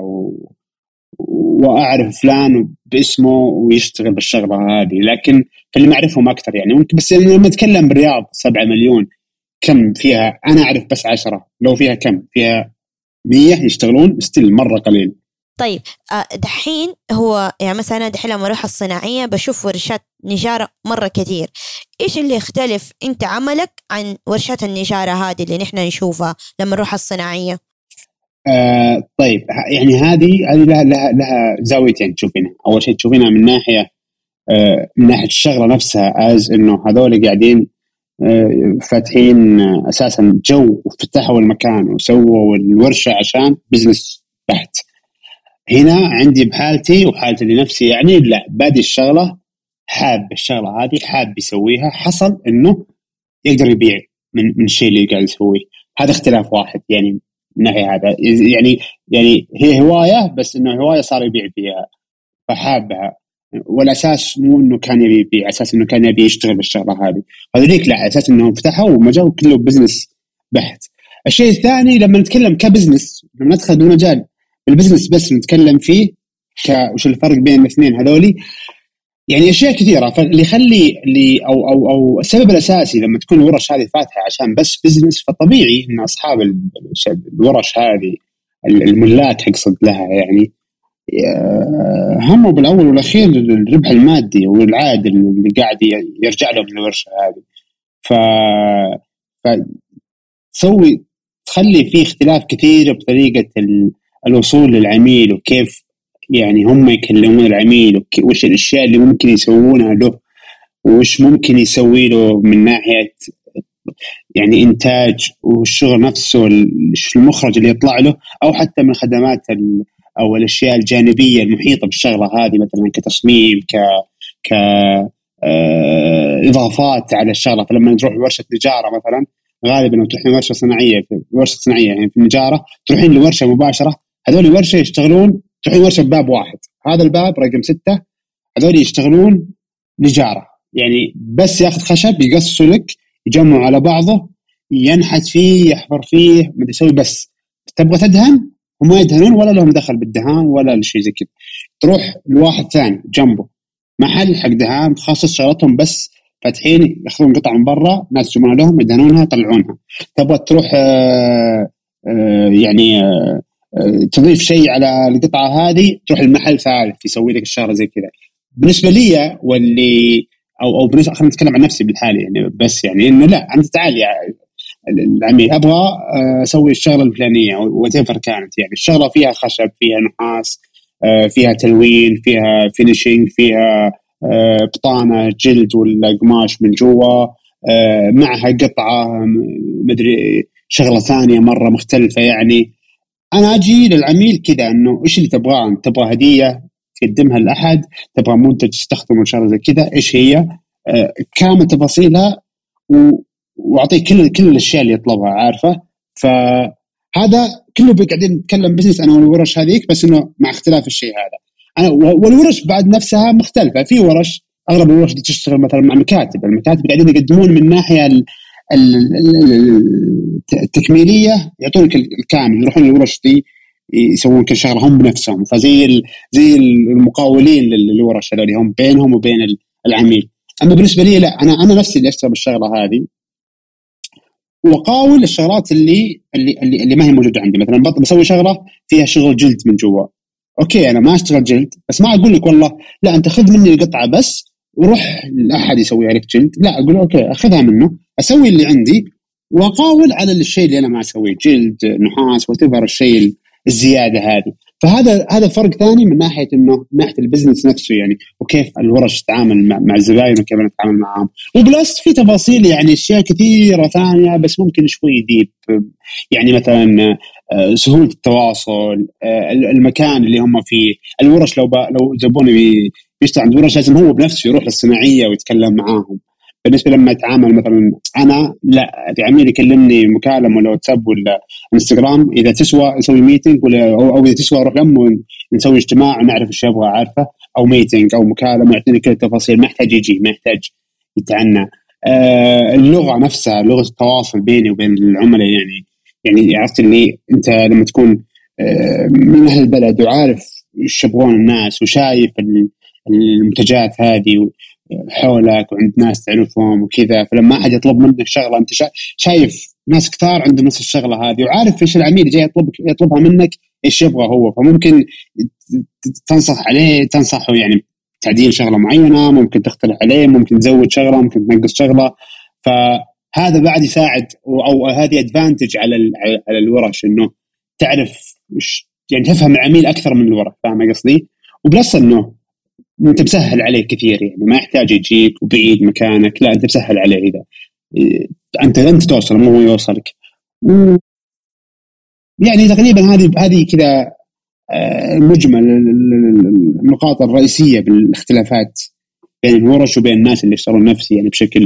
واعرف فلان باسمه ويشتغل بالشغله هذه، لكن اللي معرفهم اكثر يعني ممكن. بس يعني لما اتكلم بالرياض 7 مليون كم فيها؟ انا اعرف بس 10. لو فيها كم فيها 100 يشتغلون ستيل مره قليل. طيب دحين هو يعني مثلا دحين لما اروح الصناعيه بشوف ورشات نجاره مره كثير. ايش اللي يختلف انت عملك عن ورشات النجاره هذه اللي نحن نشوفها لما نروح الصناعيه؟ طيب يعني هذه لها زاويتين تشوفينها. اول شيء تشوفينها من ناحيه الشغله نفسها، از انه هذول قاعدين فاتحين اساسا جو وفتحوا المكان وسووا الورشه عشان بزنس بحت. هنا عندي بحالتي وحالتي لنفسي يعني لا، بادي الشغله حاب الشغله هذه، حاب يسويها، حصل انه يقدر يبيع من الشيء اللي قاعد يسويه. هذا اختلاف واحد يعني من ناحيه هذا. يعني هي هوايه، بس انه هوايه صار يبيع فيها فحابها، والاساس مو انه كان يبي يبيع، اساس انه كان يبي يشتغل بالشغله هذه. هذوليك لا، اساس انهم فتحوا ومجال كله بزنس بحت. الشيء الثاني لما نتكلم كبزنس، لما ندخل بالمجال البزنس بس نتكلم فيه وش الفرق بين الاثنين هذولي، يعني اشياء كثيره. فاللي يخلي او السبب الاساسي لما تكون الورش هذه فاتحه عشان بس بزنس، فطبيعي ان اصحاب الورش هذه الملاك اقصد لها يعني همه بالاول والاخير الربح المادي والعائد اللي قاعد يرجع لهم من الورشه هذه. تخلي فيه اختلاف كثير بطريقه الوصول للعميل، وكيف يعني هم يكلمون العميل، وش الاشياء اللي ممكن يسوونها له، وش ممكن يسوي له من ناحيه يعني انتاج والشغل نفسه، المخرج اللي يطلع له، او حتى من خدمات او الاشياء الجانبيه المحيطه بالشغله هذه، مثلا كتصميم ك اضافات على الشغله. فلما نروح ورشه تجاره مثلا، غالبا لو تروحين ورشه صناعيه يعني في النجاره، تروحين لورشه مباشره، هذول ورشه يشتغلون، تروحين ورشه بباب واحد، هذا الباب رقم 6، هذول يشتغلون نجاره، يعني بس ياخذ خشب يقصوا لك، يجمعوا على بعضه، ينحت فيه، يحفر فيه، ما يسوي. بس تبغى تدهن هم يدهنون، ولا لهم دخل بالدهان ولا شيء زي كذا. تروح لواحد ثاني جنبه محل حق دهان خاص شغلتهم بس فاتحين، ياخذون قطع من برا، ناس يجمعون لهم يدهنونها يطلعونها. تبغى تروح يعني تضيف شيء على القطعه هذه، تروح المحل ثالث يسوي لك الشغله زي كذا. بالنسبه لي واللي او بالنسبه، خلينا نتكلم عن نفسي بالحالي يعني، بس يعني انه لا، انت تعال يا العميل ابغى اسوي الشغله الفلانيه وتفر كانت، يعني الشغله فيها خشب، فيها نحاس، فيها تلوين، فيها فينيشينج، فيها بطانه جلد ولا قماش من جوا، معها قطعه مدري شغله ثانيه مره مختلفه. يعني انا اجي للعميل كذا انه ايش اللي تبغاه؟ انت تبغى هديه تقدمها لاحد، تبغى منتج تستخدمه شغله زي كذا، ايش هي كامل تفاصيلها، واعطيه كل الاشياء اللي يطلبها، عارفه. فهذا كله قاعدين نتكلم بزنس انا والورش هذيك، بس انه مع اختلاف الشيء هذا. انا والورش بعد نفسها مختلفه. في ورش، اغلب الورش اللي تشتغل مثلا مع المكاتب قاعدين يقدمون من ناحيه التكميليه، يعطونك الكامل، يروحون الورش دي يسوون كل شغله هم بنفسهم. فزي زي المقاولين للورش اللي هم بينهم وبين العميل. اما بالنسبه لي لا، انا نفسي اللي اشتغل بالشغله هذه، وقاول الشغلات اللي ما هي موجوده عندي. مثلا بسوي شغله فيها شغل جلد من جوا، اوكي انا ما اشتغل جلد، بس ما اقول لك والله لا انت خذ مني القطعه بس وروح لاحد يسوي عليك جلد، لا اقول اوكي اخذها منه، اسوي اللي عندي، واقاول على الشيء اللي انا ما اسويه، جلد، نحاس، وتظهر الشيء الزياده هذه. فهذا فرق ثاني من ناحيه انه من ناحيه البزنس نفسه يعني، وكيف الورش تتعامل مع الزباين وكيف نتعامل معهم. وبلس في تفاصيل يعني اشياء كثيره ثانيه، بس ممكن شوي ديب. يعني مثلا سهولة التواصل، المكان اللي هم فيه، الورش لو زبوني بيشتغل عند ورش لازم هو بنفسه يروح للصناعية ويتكلم معاهم. بالنسبة لما يتعامل مثلا أنا لا عميل يكلمني مكالمة ولا واتساب ولا انستغرام، إذا تسوى نسوي ميتنج ولا أو إذا تسوى أروح لهم ونسوي اجتماع ونعرف إيش يبغى عارفة، أو ميتنج أو مكالمة يعطيني كل التفاصيل، ما يحتاج يجي ما يحتاج يتعنى. اللغة نفسها لغة التواصل بيني وبين العملاء، يعني عرفت اللي أنت لما تكون من أهل البلد وعارف إيش يبغون الناس وشايف المنتجات هذه حولك وعند ناس تعرفهم وكذا، فلما أحد يطلب منك شغلة أنت شايف ناس كثار عندهم نفس الشغلة هذه وعارف إيش العميل جاي يطلبها منك إيش يبغى هو، فممكن تنصح عليه تنصحه يعني تعديل شغلة معينة، ممكن تختلف عليه، ممكن تزود شغلة، ممكن تنقص شغلة. فهذا بعد يساعد أو هذه أدفانتج على الورش، إنه تعرف يعني تفهم العميل أكثر من الورش، فاهم قصدي؟ وبلس إنه أنت مسهل عليه كثير، يعني ما يحتاج يجيك وبعيد مكانك، لا أنت مسهل عليه إذا أنت توصل مو هو يوصلك. يعني تقريبا هذه كذا مجمل النقاط الرئيسية بالاختلافات بين الورش وبين الناس اللي يشتغلون نفسي يعني بشكل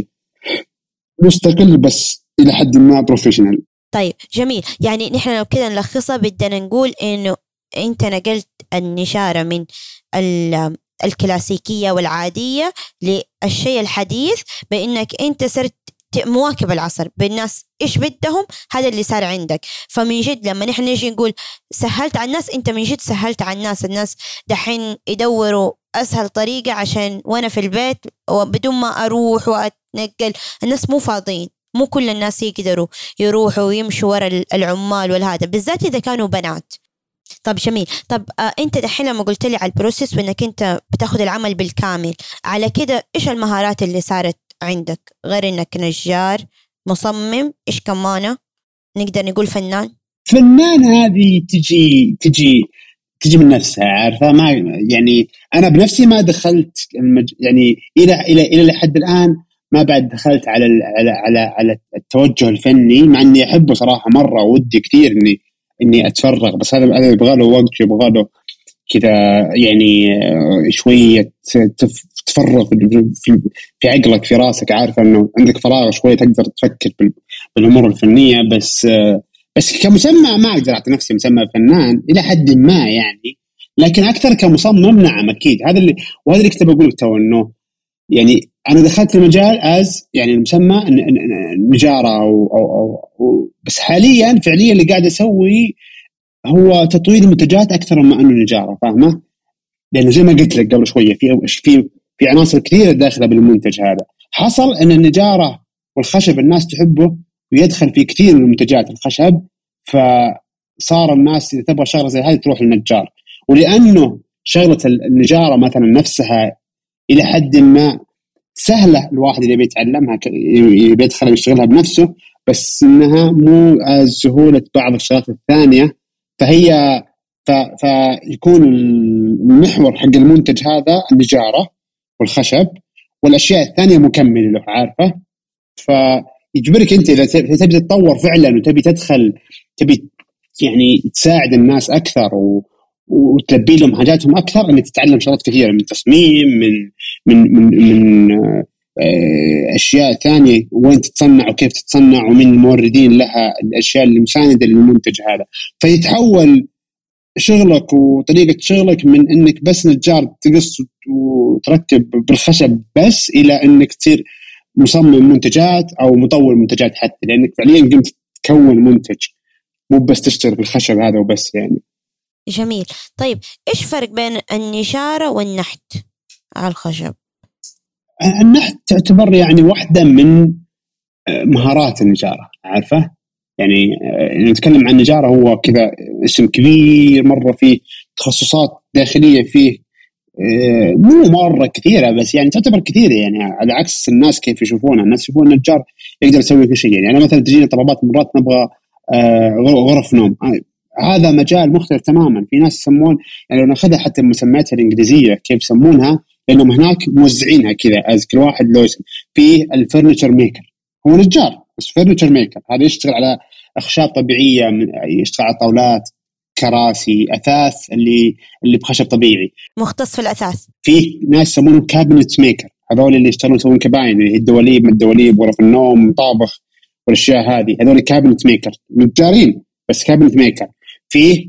مستقل بس إلى حد ما بروفيشنال. طيب جميل، يعني نحن لو كده نلخصها بدنا نقول إنه أنت نقلت النشارة من الكلاسيكية والعادية للشيء الحديث، بأنك أنت صرت مواكب العصر بالناس إيش بدهم، هذا اللي صار عندك. فمن جد لما نحن نجي نقول سهلت على الناس، أنت من جد سهلت على الناس دحين يدوروا أسهل طريقة عشان وأنا في البيت وبدون ما أروح وأتنقل. الناس مو فاضيين، مو كل الناس يقدروا يروحوا ويمشوا وراء العمال والهذا، بالذات إذا كانوا بنات. طب جميل. طب أنت دحين لما قلت لي على البروسيس وإنك أنت بتاخد العمل بالكامل على كده، إيش المهارات اللي صارت عندك غير إنك نجار مصمم؟ إيش كمان نقدر نقول فنان هذه تجي من نفسها، عارفة؟ ما يعني أنا بنفسي ما دخلت يعني إلى حد الآن ما بعد دخلت على التوجه الفني، مع إني أحبه صراحة مرة ودي كثير إني أتفرغ، بس هذا يبغى له وقت، يبغى له كذا يعني شوية تفرغ في عقلك في راسك، عارف إنه عندك فراغ شوية تقدر تفكر بالأمور الفنية. بس كمسمى ما أقدر أعطي نفسي مسمى فنان إلى حد ما يعني، لكن أكثر كمصمم نعم أكيد. وهذا اللي كنت بقوله تو، إنه يعني أنا دخلت المجال يعني المسمى نجارة أو بس حاليا فعليا اللي قاعد أسوي هو تطوير منتجات أكثر ما أنه نجارة، فاهمة؟ لأنه زي ما قلت لك قبل شوية في عناصر كثيرة داخلة بالمنتج هذا. حصل أن النجارة والخشب الناس تحبه ويدخل في كثير من منتجات الخشب، فصار الناس إذا تبغى شغلة زي هذه تروح للنجار. ولأنه شغلة النجارة مثلا نفسها إلى حد ما سهلة، الواحد اللي بيتعلمها بيدخل يشتغلها بنفسه، بس إنها مو سهولة بعض الشغلات الثانية، فيكون المحور حق المنتج هذا النجارة والخشب، والأشياء الثانية مكملة له، عارفة؟ فيجبرك أنت إذا تبي تتطور فعلا وتبي تبي يعني تساعد الناس أكثر وتلبي لهم حاجاتهم أكثر، أن تتعلم شغلات كثيرة من تصميم، من أشياء ثانية، وين تتصنع وكيف تتصنع، ومن الموردين لها الأشياء اللي مساندة للمنتج هذا. فيتحول شغلك وطريقة شغلك من أنك بس نجار تقص وتركب بالخشب بس، إلى أنك تصير مصمم منتجات أو مطور منتجات حتى، لأنك فعليا قمت تكون منتج، مو بس تشتغل بالخشب هذا وبس يعني. جميل. طيب إيش فرق بين النجارة والنحت على الخشب؟ النحت تعتبر يعني واحدة من مهارات النجارة، عارفة؟ يعني نتكلم عن النجارة هو كذا اسم كبير مرة، فيه تخصصات داخلية فيه مو مرة كثيرة، بس يعني تعتبر كثيرة يعني، على عكس الناس كيف يشوفونها. الناس يشوفون النجار يقدر يسوي كل شيء. يعني أنا مثلا تجيني طلبات مرات نبغى غرف نوم، هذا مجال مختلف تماما. في ناس يسمون يعني لو ناخذها حتى مسمياتها الإنجليزية كيف يسمونها، لأنهم هناك موزعينها كذا كل واحد له اسم. في الفرنيتشر ميكر هو نجار بس فرنيتشر ميكر، هذا يشتغل على أخشاب طبيعية يشتغل على طاولات، كراسي، أثاث اللي بخشب طبيعي مختص في الأثاث. في ناس يسمونهم كابينت ميكر، هذول اللي يشتغلون يسوون كباين، اللي هي الدواليب، من الدواليب، غرف النوم، مطابخ والأشياء هذه، هذول كابينت ميكر نجارين بس كابينت ميكر. فيه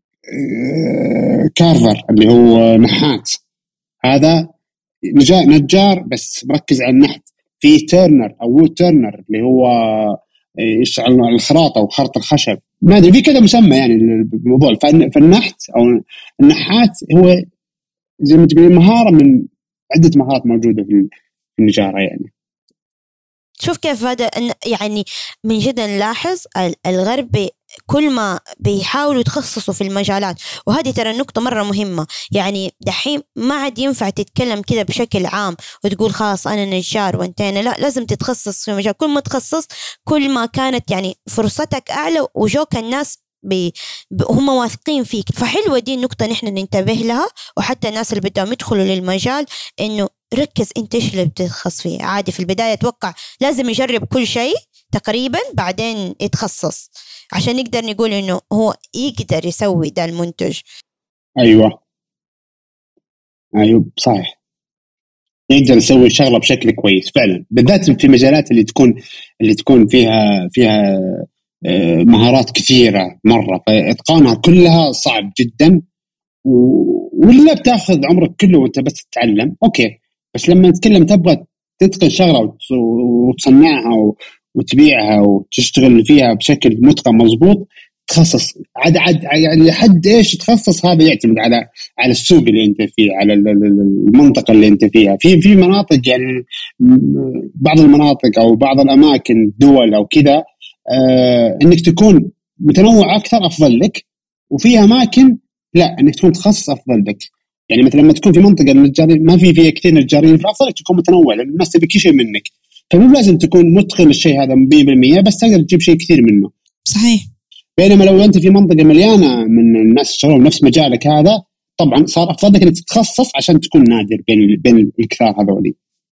كارفر اللي هو نحات، هذا نجار بس مركز على النحت. في تيرنر أو وود تيرنر اللي هو يشتغل على الخراطة وخرط الخشب، ما أدري في كذا مسمى يعني الموضوع. فالنحت أو النحات هو زي ما تقولين مهارة من عدة مهارات موجودة في النجارة يعني. شوف كيف هذا يعني من جد نلاحظ الغرب كل ما بيحاولوا يتخصصوا في المجالات، وهذه ترى النقطة مرة مهمة. يعني دحين ما عاد ينفع تتكلم كده بشكل عام وتقول خلاص أنا نجار وانتهينا، لا، لازم تتخصص في مجال. كل ما تخصص كل ما كانت يعني فرصتك أعلى وجوك الناس هم واثقين فيك. فحلوة دي النقطة نحن ننتبه لها، وحتى الناس اللي بدهم يدخلوا للمجال إنه ركز انت ايش اللي بتتخصص فيه. عادي في البداية اتوقع لازم يجرب كل شيء تقريبا بعدين يتخصص عشان نقدر نقول انه هو يقدر يسوي ده المنتج. ايوه صحيح، يقدر يسوي شغله بشكل كويس فعلا، بالذات في مجالات اللي تكون فيها مهارات كثيره مره، فاتقانها كلها صعب جدا، ولا بتاخذ عمرك كله وانت بس تتعلم. اوكي، بس لما نتكلم تبغى تتقن شغله وتصنعها وتبيعها وتشتغل فيها بشكل متقن مضبوط، تخصص عاد يعني لحد ايش تخصص، هذا يعتمد على السوق اللي انت فيه، على المنطقه اللي انت فيها. في مناطق يعني بعض المناطق او بعض الاماكن دول او كذا انك تكون متنوع اكثر افضل لك، وفي اماكن لا انك تكون تخصص افضل لك. يعني مثلا لما تكون في منطقه النجارين ما فيها كثير نجارين، فافضل تكون متنوع لان الناس تبي كل شيء منك، فمو لازم تكون متقن الشيء هذا 100%، بس تقدر تجيب شيء كثير منه. صحيح. بينما لو انت في منطقه مليانه من الناس يشتغلون نفس مجالك هذا، طبعا صار افضل لك انك تتخصص عشان تكون نادر بين الكثار هذولي.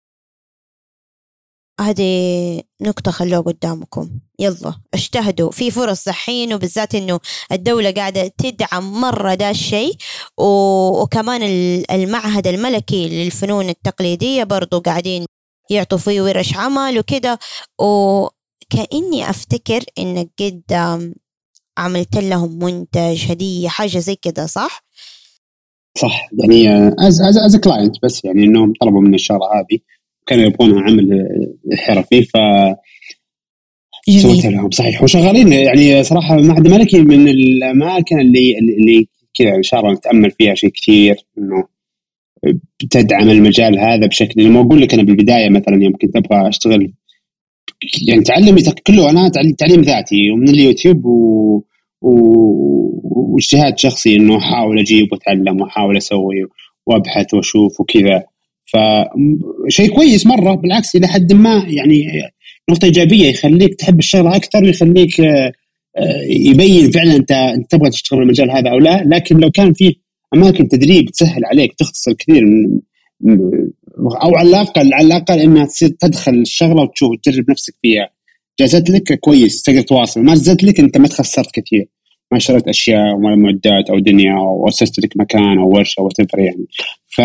هذه نقطة خلوها قدامكم، يلا اجتهدوا، في فرص دحين، وبالذات انه الدولة قاعدة تدعم مرة ده الشيء، وكمان المعهد الملكي للفنون التقليدية برضو قاعدين يعطوا فيه ورش عمل وكده. وكأني أفتكر إنك قد عملت لهم منتج هدية حاجة زي كده، صح؟ صح، يعني از كلاينت، بس يعني انهم طلبوا من الشغله هذه كانوا يبغونها عمل حرفي ف سويت لهم. صحيح، وشغالين يعني صراحه المعهد الملكي من الاماكن اللي كذا ان شاء الله نتامل فيها شيء كثير، انه تدعم المجال هذا بشكل. لما اقول لك انا بالبدايه مثلا يوم كنت ابغى اشتغل يعني تعلمي كله انا تعليم ذاتي ومن اليوتيوب واجتهاد شخصي، انه احاول اجيب واتعلم واحاول اسوي وابحث واشوف وكذا. فشيء كويس مره، بالعكس الى حد ما يعني نقطه ايجابيه، يخليك تحب الشغله اكثر ويخليك يبين فعلا انت تبغى تشتغل المجال هذا او لا. لكن لو كان فيه اماكن تدريب تسهل عليك تختصر كثير او على الاقل انها تصير تدخل الشغله وتشوف وتجرب نفسك فيها، جازت لك كويس تقدر تواصل، ما جازت لك انت ما تخسرت كثير، ما شريت اشياء ولا معدات او دنيا او اسست لك مكان او ورشه وتفر يعني. ف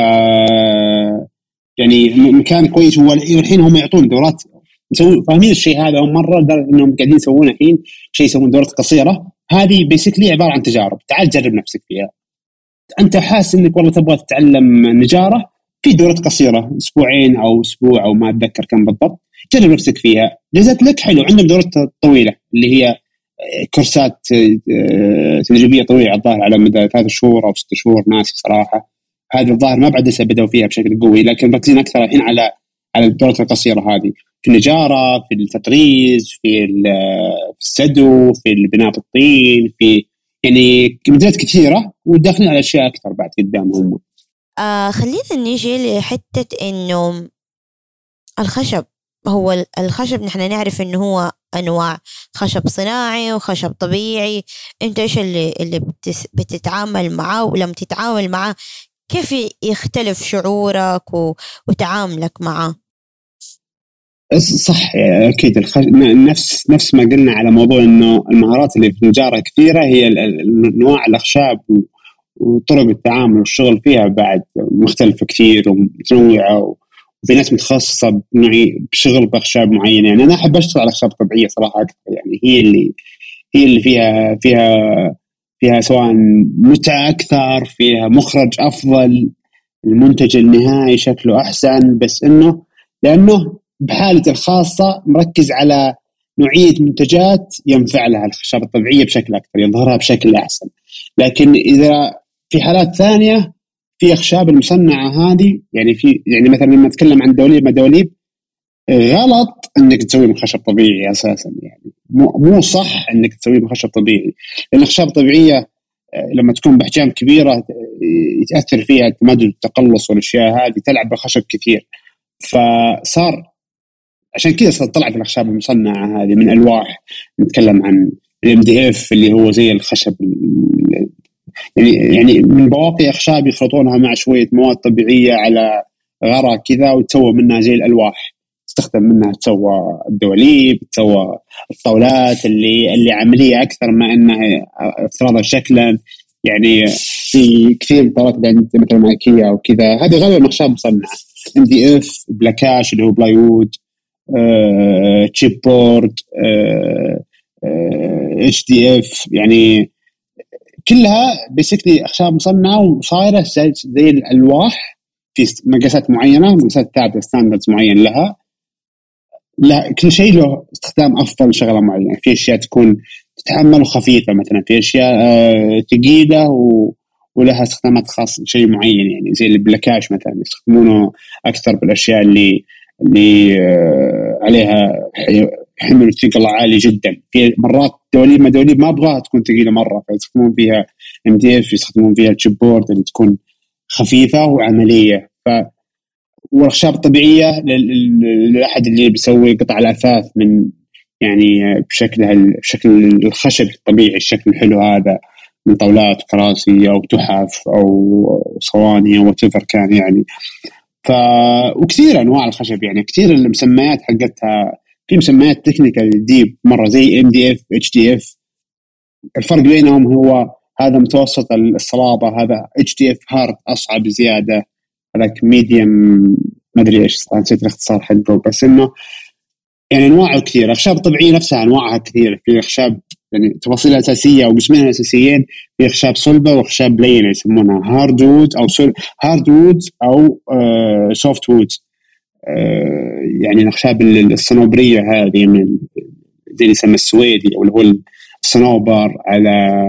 يعني مكان كويس. والحين هم يعطون دورات، يسوون فاهمين الشيء هذا هم مره، انهم قاعدين يسوون الحين شيء يسوون دورات قصيره، هذه بيسكلي عباره عن تجارب، تعال جرب نفسك فيها. انت حاسس انك والله تبغى تتعلم نجاره، في دورات قصيره اسبوعين او اسبوع او ما اتذكر كم بالضبط، جرب نفسك فيها، جازت لك حلو. عندهم دورات طويله اللي هي كورسات تدريبيه طويله الظاهر على مدى 3 شهور او 6 شهور، ناسي صراحه. هذا الظاهر ما بعد لسه بدأوا فيها بشكل قوي، لكن مركزين اكثر الحين على الدورات القصيره هذه، في النجاره، في التطريز، في السدو، في البناء بالطين، في يعني مجالات كثيره وداخلين على اشياء اكثر بعد قدامهم. خلينا نيجي لحته انه الخشب، هو الخشب نحن نعرف انه هو انواع، خشب صناعي وخشب طبيعي. انت ايش اللي بتتعامل معه، ولما تتعامل معه كيف يختلف شعورك وتعاملك معه؟ صح اكيد. نفس ما قلنا على موضوع انه المهارات اللي في النجاره كثيره، هي انواع الاخشاب وطرق التعامل والشغل فيها بعد مختلفه كثير ومتنوعه، وفي ناس متخصصه بشغل باخشاب معينه. يعني انا احب اشتغل على اخشاب طبيعيه صراحه اكثر، يعني هي اللي فيها سواء متعه اكثر، فيها مخرج افضل، المنتج النهائي شكله احسن. بس لانه بحالتي الخاصه مركز على نوعيه منتجات ينفع لها الخشب الطبيعيه بشكل اكثر، يظهرها بشكل احسن. لكن اذا في حالات ثانيه في اخشاب المصنعه هذه، يعني مثلا لما نتكلم عن دواليب غلط انك تسوي من خشب طبيعي اساسا، يعني مو صح انك تسوي من خشب طبيعي، لان الخشب الطبيعيه لما تكون باحجام كبيره يتاثر فيها تمدد التقلص والاشياء هذه، تلعب بالخشب كثير. فصار عشان كذا طلعت الاخشاب المصنعه هذه من الواح. نتكلم عن MDF اللي هو زي الخشب، يعني من بواقي اخشاب يخلطونها مع شويه مواد طبيعيه على غرة كذا وتسوى منها زي الالواح، تستخدم منها تسوى الدواليب، تسوى الطاولات اللي عمليه اكثر ما انها افتراضا شكلا. يعني في كثير من الطاولات اللي مثلا ايكيا وكذا هذه غالبا اخشاب مصنعه، MDF، بلاكاش اللي هو بلايوود، تشيب بورد، HDF، يعني كلها بيسكلي اخشاب مصنعه وصايره زي الالواح في مقاسات معينه، مقاسات ثابته، ستاندردز معين لها. لا كل شيء له استخدام افضل شغله معينه. في اشياء تكون تتحمل وخفيفه، مثلا في اشياء ثقيله ولها استخدامات خاصه شيء معين، يعني زي البلاكاش مثلا يستخدمونه اكثر بالاشياء اللي عليها حمل الثقل عالي جدا. في مرات دواليب ما ابغاها تكون ثقيله مره، فيستخدمون فيها MDF، يستخدمون فيها الشيبورد اللي تكون خفيفه وعمليه. والاخشاب الطبيعيه للاحد اللي بيسوي قطع الاثاث من يعني بشكل الخشب الطبيعي، الشكل الحلو هذا، من طاولات كراسي او تحف او صواني او whatever كان يعني. وكثير انواع الخشب، يعني كثير المسميات حقتها، في مسميات تكنيكال ديب مره زي MDF HDF. الفرق بينهم هو هذا متوسط الصلابه، هذا HDF هارد اصعب زياده، هذاك ميديوم ما ادري ايش نسيت الاختصار حقه. بس انه يعني انواعه كثير. الاخشاب الطبيعيه نفسها انواعها كثير، في اخشاب يعني تفاصيلها اساسيه وقسمين اساسيين، في اخشاب صلبه واخشاب لينه يسمونها هاردوود او سوفت وود. يعني الاخشاب الصنوبريه هذه من زي اللي يسمى السويدي او اللي هو الصنوبر، على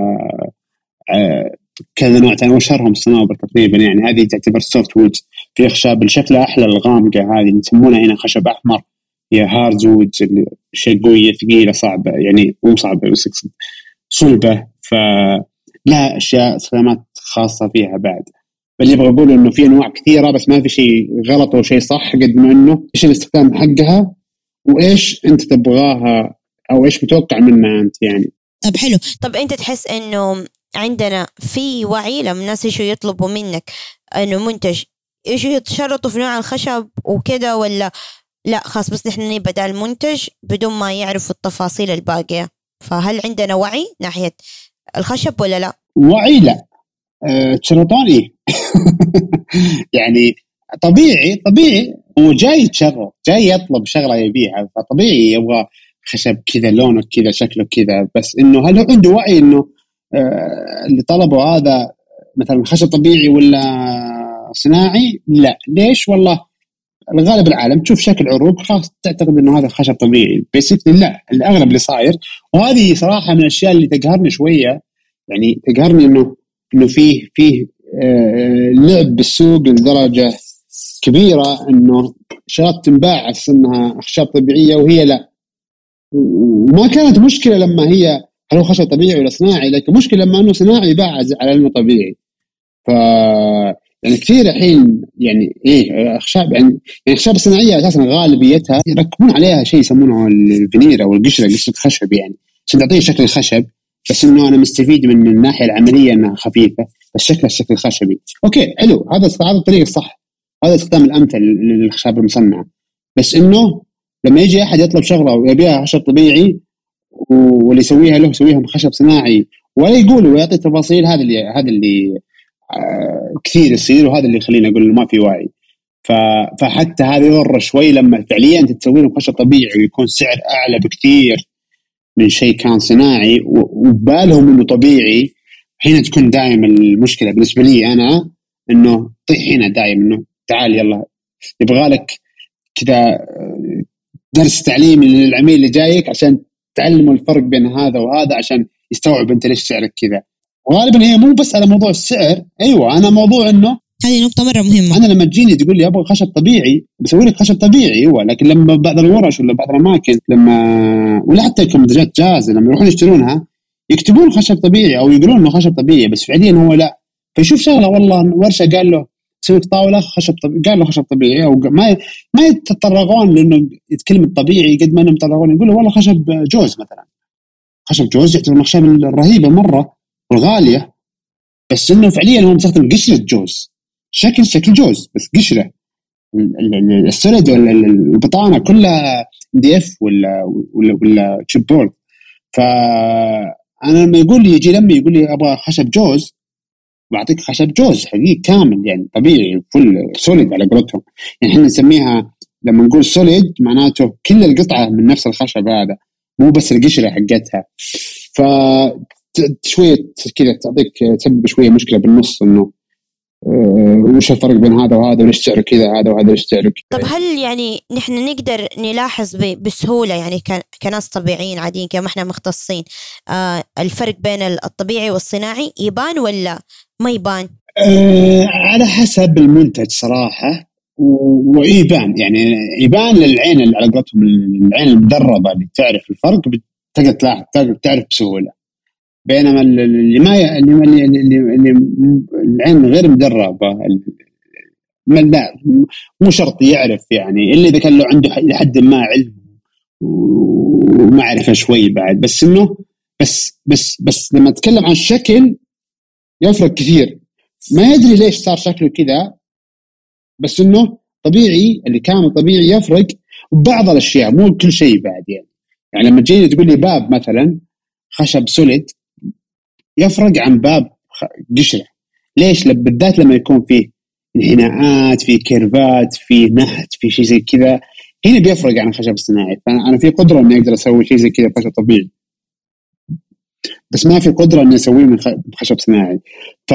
كذا نوع ثاني وشرهم الصنوبر تقريبا، يعني هذه تعتبر سوفت وود. في اخشاب الشكل احلى الغامقه هذه نسمونها هنا خشب احمر، هي هارد وود، شيء قويه ثقيله صعبه، يعني مو صعبه بس صلبه، فلها اشياء استخدامات خاصه فيها بعد. فاللي ابغى اقول انه في انواع كثيره، بس ما في شيء غلط او شيء صح، قد ما انه ايش الاستخدام حقها وايش انت تبغاها او ايش متوقع منها انت يعني. طب حلو. طب انت تحس انه عندنا في وعي لما الناس يشوا يطلبوا منك انه منتج يشوا يتشرطوا في نوع الخشب وكده، ولا لا خلاص بس نحن نبدأ المنتج بدون ما يعرفوا التفاصيل الباقية؟ فهل عندنا وعي ناحية الخشب ولا لا؟ وعي لا، تشرطوني يعني طبيعي هو جاي يتشرط، جاي يطلب شغلة يبيعها، فطبيعي يبغى خشب كذا لونه كذا شكله كذا. بس انه هل عنده وعي انه اللي طلبه هذا مثلا خشب طبيعي ولا صناعي؟ لا. ليش؟ والله الغالب العالم تشوف شكل عروق خلاص تعتقد انه هذا خشب طبيعي. بيسكلي لا، الاغلب اللي صاير، وهذه صراحه من الاشياء اللي تقهرني شويه، يعني تقهرني انه فيه لعب بالسوق لدرجه كبيره، انه شغلات تنباع على انها اخشاب طبيعيه وهي لا. وما كانت مشكله لما هي هل هو خشب طبيعي ولا صناعي، لكن مشكله لما انه صناعي يباع على انه طبيعي. ف يعني كثير الحين يعني اخشاب، يعني اخشاب الصناعيه اساسا غالبيتها يركبون عليها شيء يسمونه الفينير او قشره خشب، يعني عشان تعطيه شكل خشب، بس انه انا مستفيد من الناحيه العمليه انها خفيفه، بس شكلها الشكل خشبي. اوكي حلو، هذا الطريق الصح، هذا استخدام الامثل للاخشاب المصنعه. بس انه لما يجي أحد يطلب شغلة ويبيها خشب طبيعي واللي يسويها له يسويها من خشب صناعي ولا يقول ويعطي تفاصيل، هذا اللي كثير يصير، وهذا اللي يخلينا أقول ما في وعي. فحتى هذا يضر شوي لما فعليا أنت تسوي له خشب طبيعي ويكون سعر أعلى بكثير من شيء كان صناعي وبالهم إنه طبيعي. حين تكون دائما المشكلة بالنسبة لي أنا إنه طيح هنا دائما إنه تعال يلا يبغى لك كذا درس تعليمي للعميل اللي جايك عشان تعلموا الفرق بين هذا وهذا عشان يستوعب أنت ليش سعرك كذا. وغالبا هي مو بس على موضوع السعر، أيوة أنا موضوع إنه هذه نقطة مرة مهمة. أنا لما تجيني تقول لي أبغى خشب طبيعي بسوي لك خشب طبيعي، أيوة، لكن لما بعض الورش ولا بعض الأماكن ولا حتى كمنتجات جاهزة لما يروحون يشترونها يكتبون خشب طبيعي أو يقولون إنه خشب طبيعي بس فعليا هو لا. فيشوف شغلة والله ورشة قال له سوي طاولة خشب طبيعي، قال له خشب طبيعي، أو ما يتطرقون لأنه يتكلم الطبيعي قد ما إنهم يتطرقون يقولوا والله خشب جوز مثلا. خشب جوز يعتبر الأخشاب الرهيبة مرة والغالية، بس إنه فعليا هو مستخدم قشرة جوز، شكل جوز بس قشرة. السوليد ولا البطانة كلها MDF ولا تشيبورد. فأنا لما يجي لما يقول لي أبغى خشب جوز بعطيك خشب جوز حقيقي كامل يعني طبيعي فل سوليد على قولتهم. يعني احنا نسميها لما نقول سوليد معناته كل القطعة من نفس الخشب هذا مو بس القشرة حقتها. فشوية كذا تعطيك تسبب شوية مشكلة بالنص إنه وش الفرق بين هذا وهذا وليش سعره كذا هذا وهذا ليش سعره كذا. طب هل يعني نحن نقدر نلاحظ بسهولة يعني كناس طبيعيين عاديين كما احنا مختصين الفرق بين الطبيعي والصناعي يبان ولا ما يبان؟ على حسب المنتج صراحة ويبان يعني يبان للعين اللي على قولتهم العين المدربة اللي تعرف الفرق تقدر تلاحظ تعرف بسهولة. بينما اللي ما اللي العين غير مدربة لا مو شرط يعرف يعني إلا إذا كان له عنده لحد ما علم ومعرفة شوي بعد. بس إنه بس لما أتكلم عن الشكل يفرق كثير. ما يدري ليش صار شكله كذا بس إنه طبيعي اللي كان طبيعي يفرق بعض الأشياء مو كل شيء بعد يعني لما تجيني تقول لي باب مثلا خشب سوليد يفرق عن باب قشرة. ليش؟ بالذات لما يكون فيه انحناءات فيه كيرفات فيه نحت فيه شيء زي كذا هنا بيفرق عن الخشب الصناعي. فأنا في قدرة إني أقدر أسوي شيء زي كذا بخشب طبيعي بس ما في قدرة إني أسويه من خشب صناعي. ف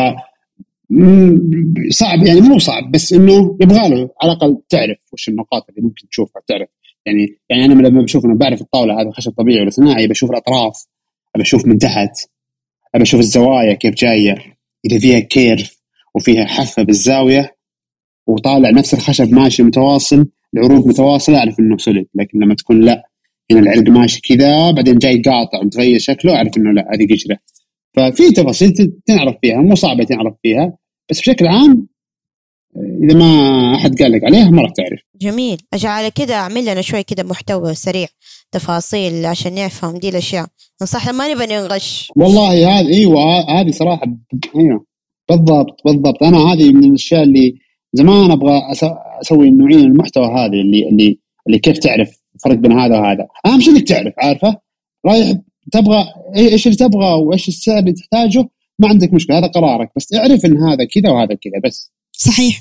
صعب يعني مو صعب بس إنه يبغى له على الأقل تعرف وش النقاط اللي ممكن تشوفها تعرف يعني أنا لما بشوف إنه بعرف الطاولة هذا خشب طبيعي ولا صناعي بشوف الأطراف بشوف من تحت بشوف الزوايا كيف جاية إذا فيها كيرف وفيها حافة بالزاوية وطالع نفس الخشب ماشي متواصل العروق متواصلة أعرف إنه سوليد. لكن لما تكون لا هنا العرق ماشي كذا بعدين جاي قاطع ومتغير شكله أعرف إنه لا هذه قشرة. ففي تفاصيل تعرف فيها مو صعبة تعرف فيها بس بشكل عام إذا ما أحد قال لك عليها ما راح تعرف. جميل. أجي على كده أعمل لنا شوي كده محتوى سريع تفاصيل عشان نفهم دي الأشياء نصح ما نبغى نغش. والله هذه أيوة هذه صراحة أيوة بالضبط أنا هذه من الأشياء اللي زمان أبغى أسوي نوعين المحتوى هذه اللي كيف تعرف فرق بين هذا وهذا. أهم شيء إنك تعرف عارفة رايح تبغى إيش اللي تبغى وإيش السعر اللي تحتاجه ما عندك مشكلة هذا قرارك بس اعرف إن هذا كذا وهذا كذا بس. صحيح.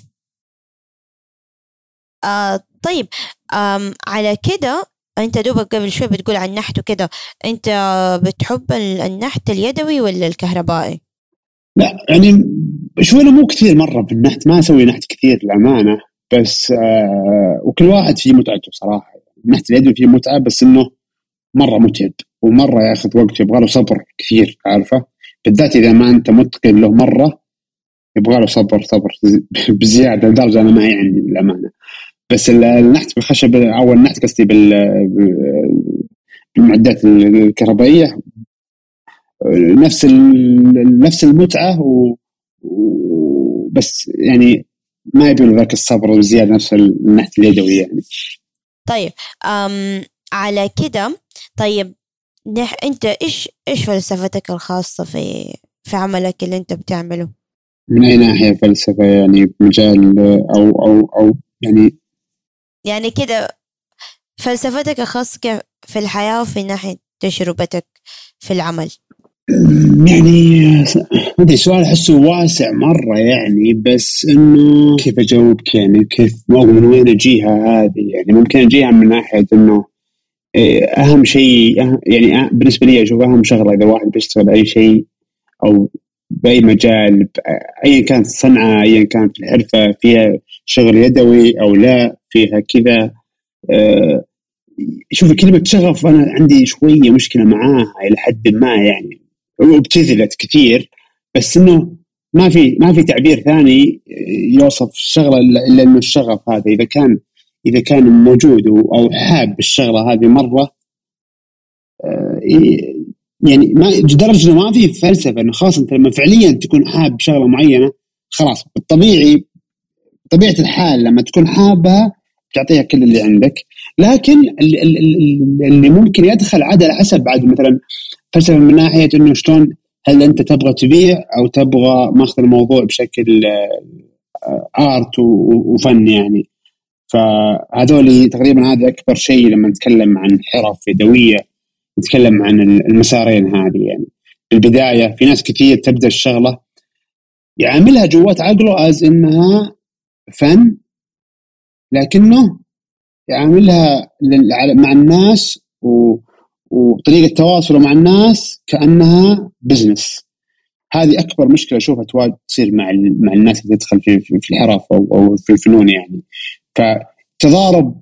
طيب على كده أنت دوبك قبل شوي بتقول عن النحت وكده أنت بتحب النحت اليدوي ولا الكهربائي؟ لا يعني شوي أنا مو كثير مرة في النحت ما أسوي نحت كثير للأمانة بس وكل واحد فيه متعته صراحة. النحت اليدوي فيه متعة بس إنه مرة متعب ومرة ياخذ وقت يبغى له صبر كثير عارفة بالذات إذا ما أنت متقن له مرة يبغى له صبر بزيادة لدرجة أنا ما عندي للأمانة. بس النحت بالخشب أو النحت قصدي بالمعدات الكهربائية نفس المتعة بس يعني ما يبي ذاك الصبر وزيادة نفس النحت اليدوي يعني. طيب على كده طيب أنت إيش فلسفتك الخاصة في عملك اللي أنت بتعمله؟ من أي ناحية فلسفة يعني مجال أو يعني كده فلسفتك أخص في الحياة وفي ناحية تجربتك في العمل؟ يعني هذا سؤال أحسه واسع مرة يعني، بس إنه كيف أجاوبك يعني كيف من وين أجيها هذه يعني. ممكن أجيها من ناحية إنه أهم شيء يعني بالنسبة لي أشوف أهم شغلة إذا واحد بيشتغل أي شيء أو بأي مجال، أيا كانت الصنعة أيا كانت الحرفة، فيها شغل يدوي أو لا فيها كذا. شوف كلمة شغف أنا عندي شوية مشكلة معاها إلى حد ما يعني، وابتذلت كثير، بس إنه ما في تعبير ثاني يوصف الشغلة إلا إنه الشغف هذا إذا كان موجود أو حاب الشغلة هذه مرة، يعني ما لدرجة ما في فلسفة إنه خلاص أنت لما فعليا تكون حاب شغلة معينة خلاص بالطبيعي طبيعة الحال لما تكون حابها تعطيها كل اللي عندك. لكن اللي ممكن يدخل عاد على حسب بعد مثلا فلسفة من ناحية إنه شلون هل أنت تبغى تبيع أو تبغى ماخذ الموضوع بشكل آرت وفن يعني. فهذول تقريبا هذا أكبر شيء لما نتكلم عن حرف يدوية، نتكلم عن المسارين هذه يعني. البداية في ناس كثير تبدأ الشغلة يعاملها جوات عقله از إنها فن، لكنه يعاملها مع الناس وطريقة تواصله مع الناس كأنها بزنس. هذه أكبر مشكلة أشوفها تصير مع الناس اللي تدخل في الحرف أو في الفنون يعني. فتضارب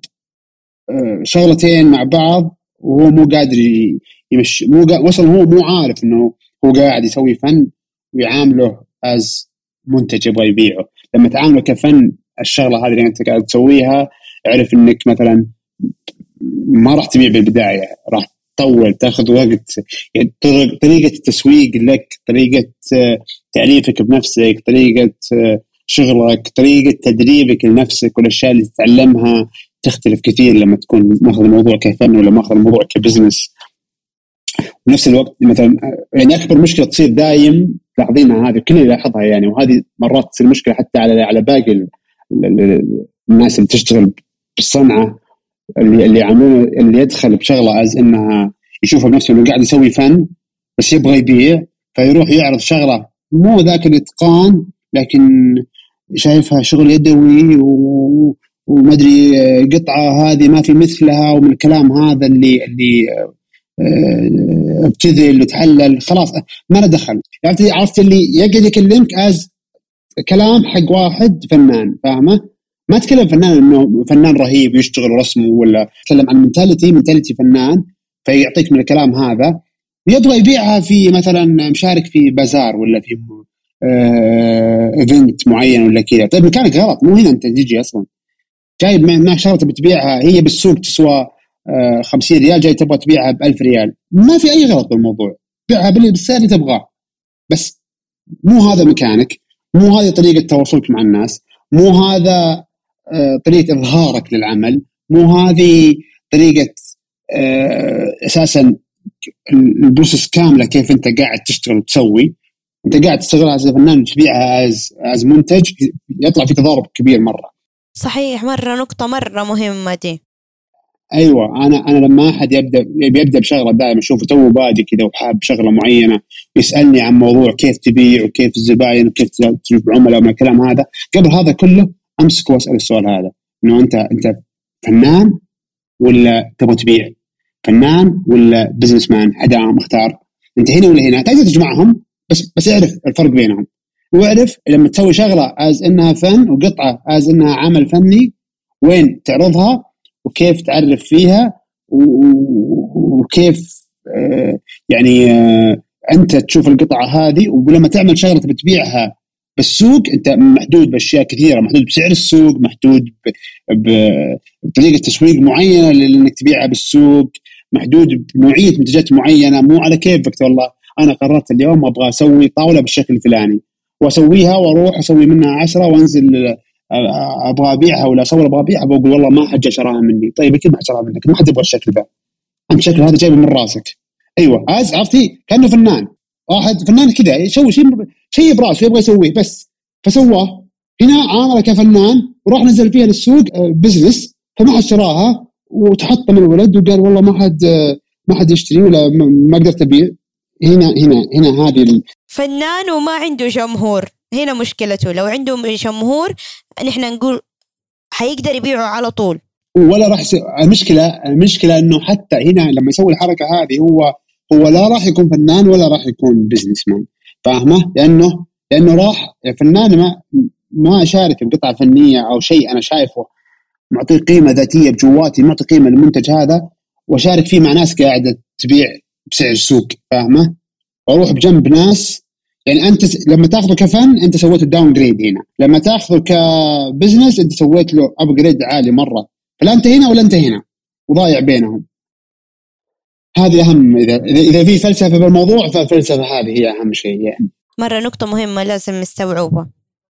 شغلتين مع بعض وهو مو قادر يمشي، وصل هو مو عارف إنه هو قاعد يسوي فن ويعامله از منتج يبغى يبيعه. لما تعامله كفن الشغلة هذه اللي أنت قاعد تسويها، اعرف إنك مثلا ما راح تبيع بالبداية، راح تطول تاخذ وقت يعني. طريقة التسويق لك، طريقة تعريفك بنفسك، طريقة شغلك، طريقة تدريبك لنفسك والأشياء اللي تتعلمها تختلف كثير لما تكون ماخذ الموضوع كفن ولا ماخذ الموضوع كبزنس. ونفس الوقت مثلا يعني أكبر مشكلة تصير دايم لاحظينها، هذه كل اللي لاحظها يعني، وهذه مرات تصير مشكلة حتى على باقي الناس اللي تشتغل بالصنعة، اللي يعملون اللي يدخل بشغلة از إنها يشوفها بنفسه إنه قاعد يسوي فن بس يبغى يبيع، فيروح يعرض شغلة مو ذاك الإتقان لكن شايفها شغل يدوي وما أدري قطعة هذه ما في مثلها، ومن الكلام هذا اللي ابتذل وتحلل خلاص ما له دخل. عرفت اللي يقعد يكلمك از كلام حق واحد فنان، فاهمه؟ ما تكلم فنان انه فنان رهيب يشتغل رسمه، ولا تكلم عن منتاليتي فنان فيعطيك من الكلام هذا يبغى يبيعها في مثلا مشارك في بازار ولا في ايفنت معين ولا كذا. طيب مكانك غلط، مو هنا انت تجي اصلا جايب ما شغله بتبيعها هي بالسوق تسوى 50 ريال، جاي تبغى تبيعها ب1000 ريال. ما في أي غلط بالموضوع، بيعها بالسعر اللي تبغاه، بس مو هذا مكانك، مو هذه طريقة تواصلك مع الناس، مو هذا طريقة إظهارك للعمل، مو هذه طريقة أساسا البروسس كاملة كيف أنت قاعد تشتغل وتسوي. أنت قاعد تشتغل از فنان وتبيعها از منتج، يطلع في تضارب كبير مرة. صحيح، مرة نقطة مرة مهمة دي. ايوه انا لما احد يبدا بشغله دائما اشوفه تو بادي كذا وحاب شغله معينه، يسالني عن موضوع كيف تبيع وكيف الزباين وكيف تجيب عملاء ومن الكلام هذا. قبل هذا كله امسك واسال السؤال هذا، انه انت فنان ولا تبغى تبيع؟ فنان ولا بزنس مان؟ حدا مختار، انت هنا ولا هنا؟ تقدر تجمعهم بس اعرف الفرق بينهم، واعرف لما تسوي شغله از انها فن وقطعه از انها عمل فني وين تعرضها وكيف تعرف فيها وكيف يعني أنت تشوف القطعة هذه. ولما تعمل شغلة بتبيعها بالسوق أنت محدود بأشياء كثيرة، محدود بسعر السوق، محدود بطريقة تسويق معينة لأنك تبيعها بالسوق، محدود بنوعية منتجات معينة، مو على كيفك والله أنا قررت اليوم أبغى أسوي طاولة بالشكل الفلاني وأسويها وأروح أسوي منها 10 وأنزل ابغى ابيعها ولا اصور ابغى ابيعها، بقول والله ما حد شراها مني. طيب اكيد ما حد شراها منك، ما حد يبغى الشكل ذا، انت الشكل هذا جايبه من راسك. ايوه عرفتي كانه فنان، واحد فنان كذا يسوي شيء براسه يبغى يسويه بس، فسواه هنا عامله كفنان وراح نزل فيها للسوق بزنس، فما حد شراها وتحطم الولد وقال والله ما حد يشتري ولا ما قدرت أبيع. هنا هذه فنان وما عنده جمهور، هنا مشكلته. لو عنده جمهور نحن نقول حيقدر يبيعه على طول، ولا راح المشكلة إنه حتى هنا لما يسوي الحركة هذه هو لا راح يكون فنان ولا راح يكون بزنس مان، فاهمة؟ لأنه راح فنان ما أشارك بقطعة فنية أو شيء أنا شايفه معطي قيمة ذاتية بجواتي، معطي قيمة للمنتج هذا وأشارك فيه مع ناس قاعدة تبيع بسعر السوق، فاهمة؟ وأروح بجنب ناس. يعني أنت لما تأخذه كفن أنت سويته داون جريد، هنا لما تأخذه كبزنس أنت سويت له أبجريد عالي مرة، فلا أنت هنا ولا أنت هنا وضايع بينهم. هذه أهم. إذا في فلسفة بالموضوع فالفلسفة هذه هي أهم شيء يعني. مرة نقطة مهمة لازم نستوعبها.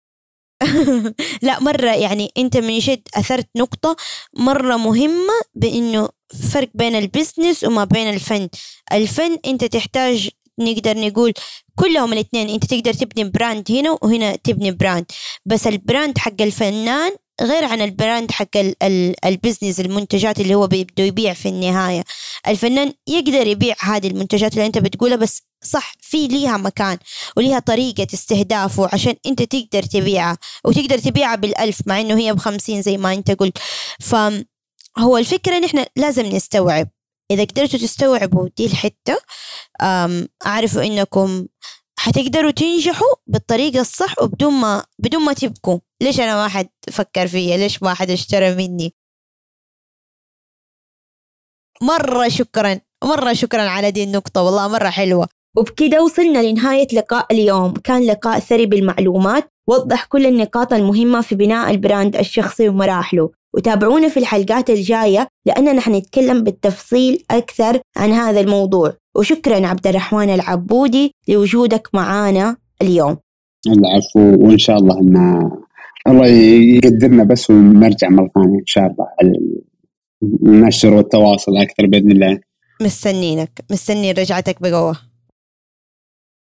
لا مرة يعني أنت من جد أثرت نقطة مرة مهمة، بأنه فرق بين البزنس وما بين الفن. الفن أنت تحتاج نقدر نقول كلهم الاثنين، أنت تقدر تبني براند هنا وهنا تبني براند، بس البراند حق الفنان غير عن البراند حق البزنس، المنتجات اللي هو بده يبيع. في النهاية الفنان يقدر يبيع هذه المنتجات اللي أنت بتقولها، بس صح في ليها مكان وليها طريقة استهدافه عشان أنت تقدر تبيعها، وتقدر تبيعها ب1000 مع إنه هي ب50 زي ما أنت قلت. فهو الفكرة نحن لازم نستوعب. إذا قدرتوا تستوعبوا دي الحتة أعرفوا إنكم حتقدروا تنجحوا بالطريقة الصح وبدون ما تبكوا ليش أنا ما حد فكر فيا، ليش ما حد اشترى مني. مرة شكرا على دي النقطة، والله مرة حلوة. وبكده وصلنا لنهاية لقاء اليوم. كان لقاء ثري بالمعلومات، وضح كل النقاط المهمة في بناء البراند الشخصي ومراحله. وتابعونا في الحلقات الجاية لأننا حنتكلم بالتفصيل أكثر عن هذا الموضوع. وشكرا عبد الرحمن العبودي لوجودك معانا اليوم. العفو، وإن شاء الله إن الله يقدرنا بس ونرجع مرة ثانية إن شاء الله على النشر والتواصل أكثر بإذن الله. مستني رجعتك بقوة.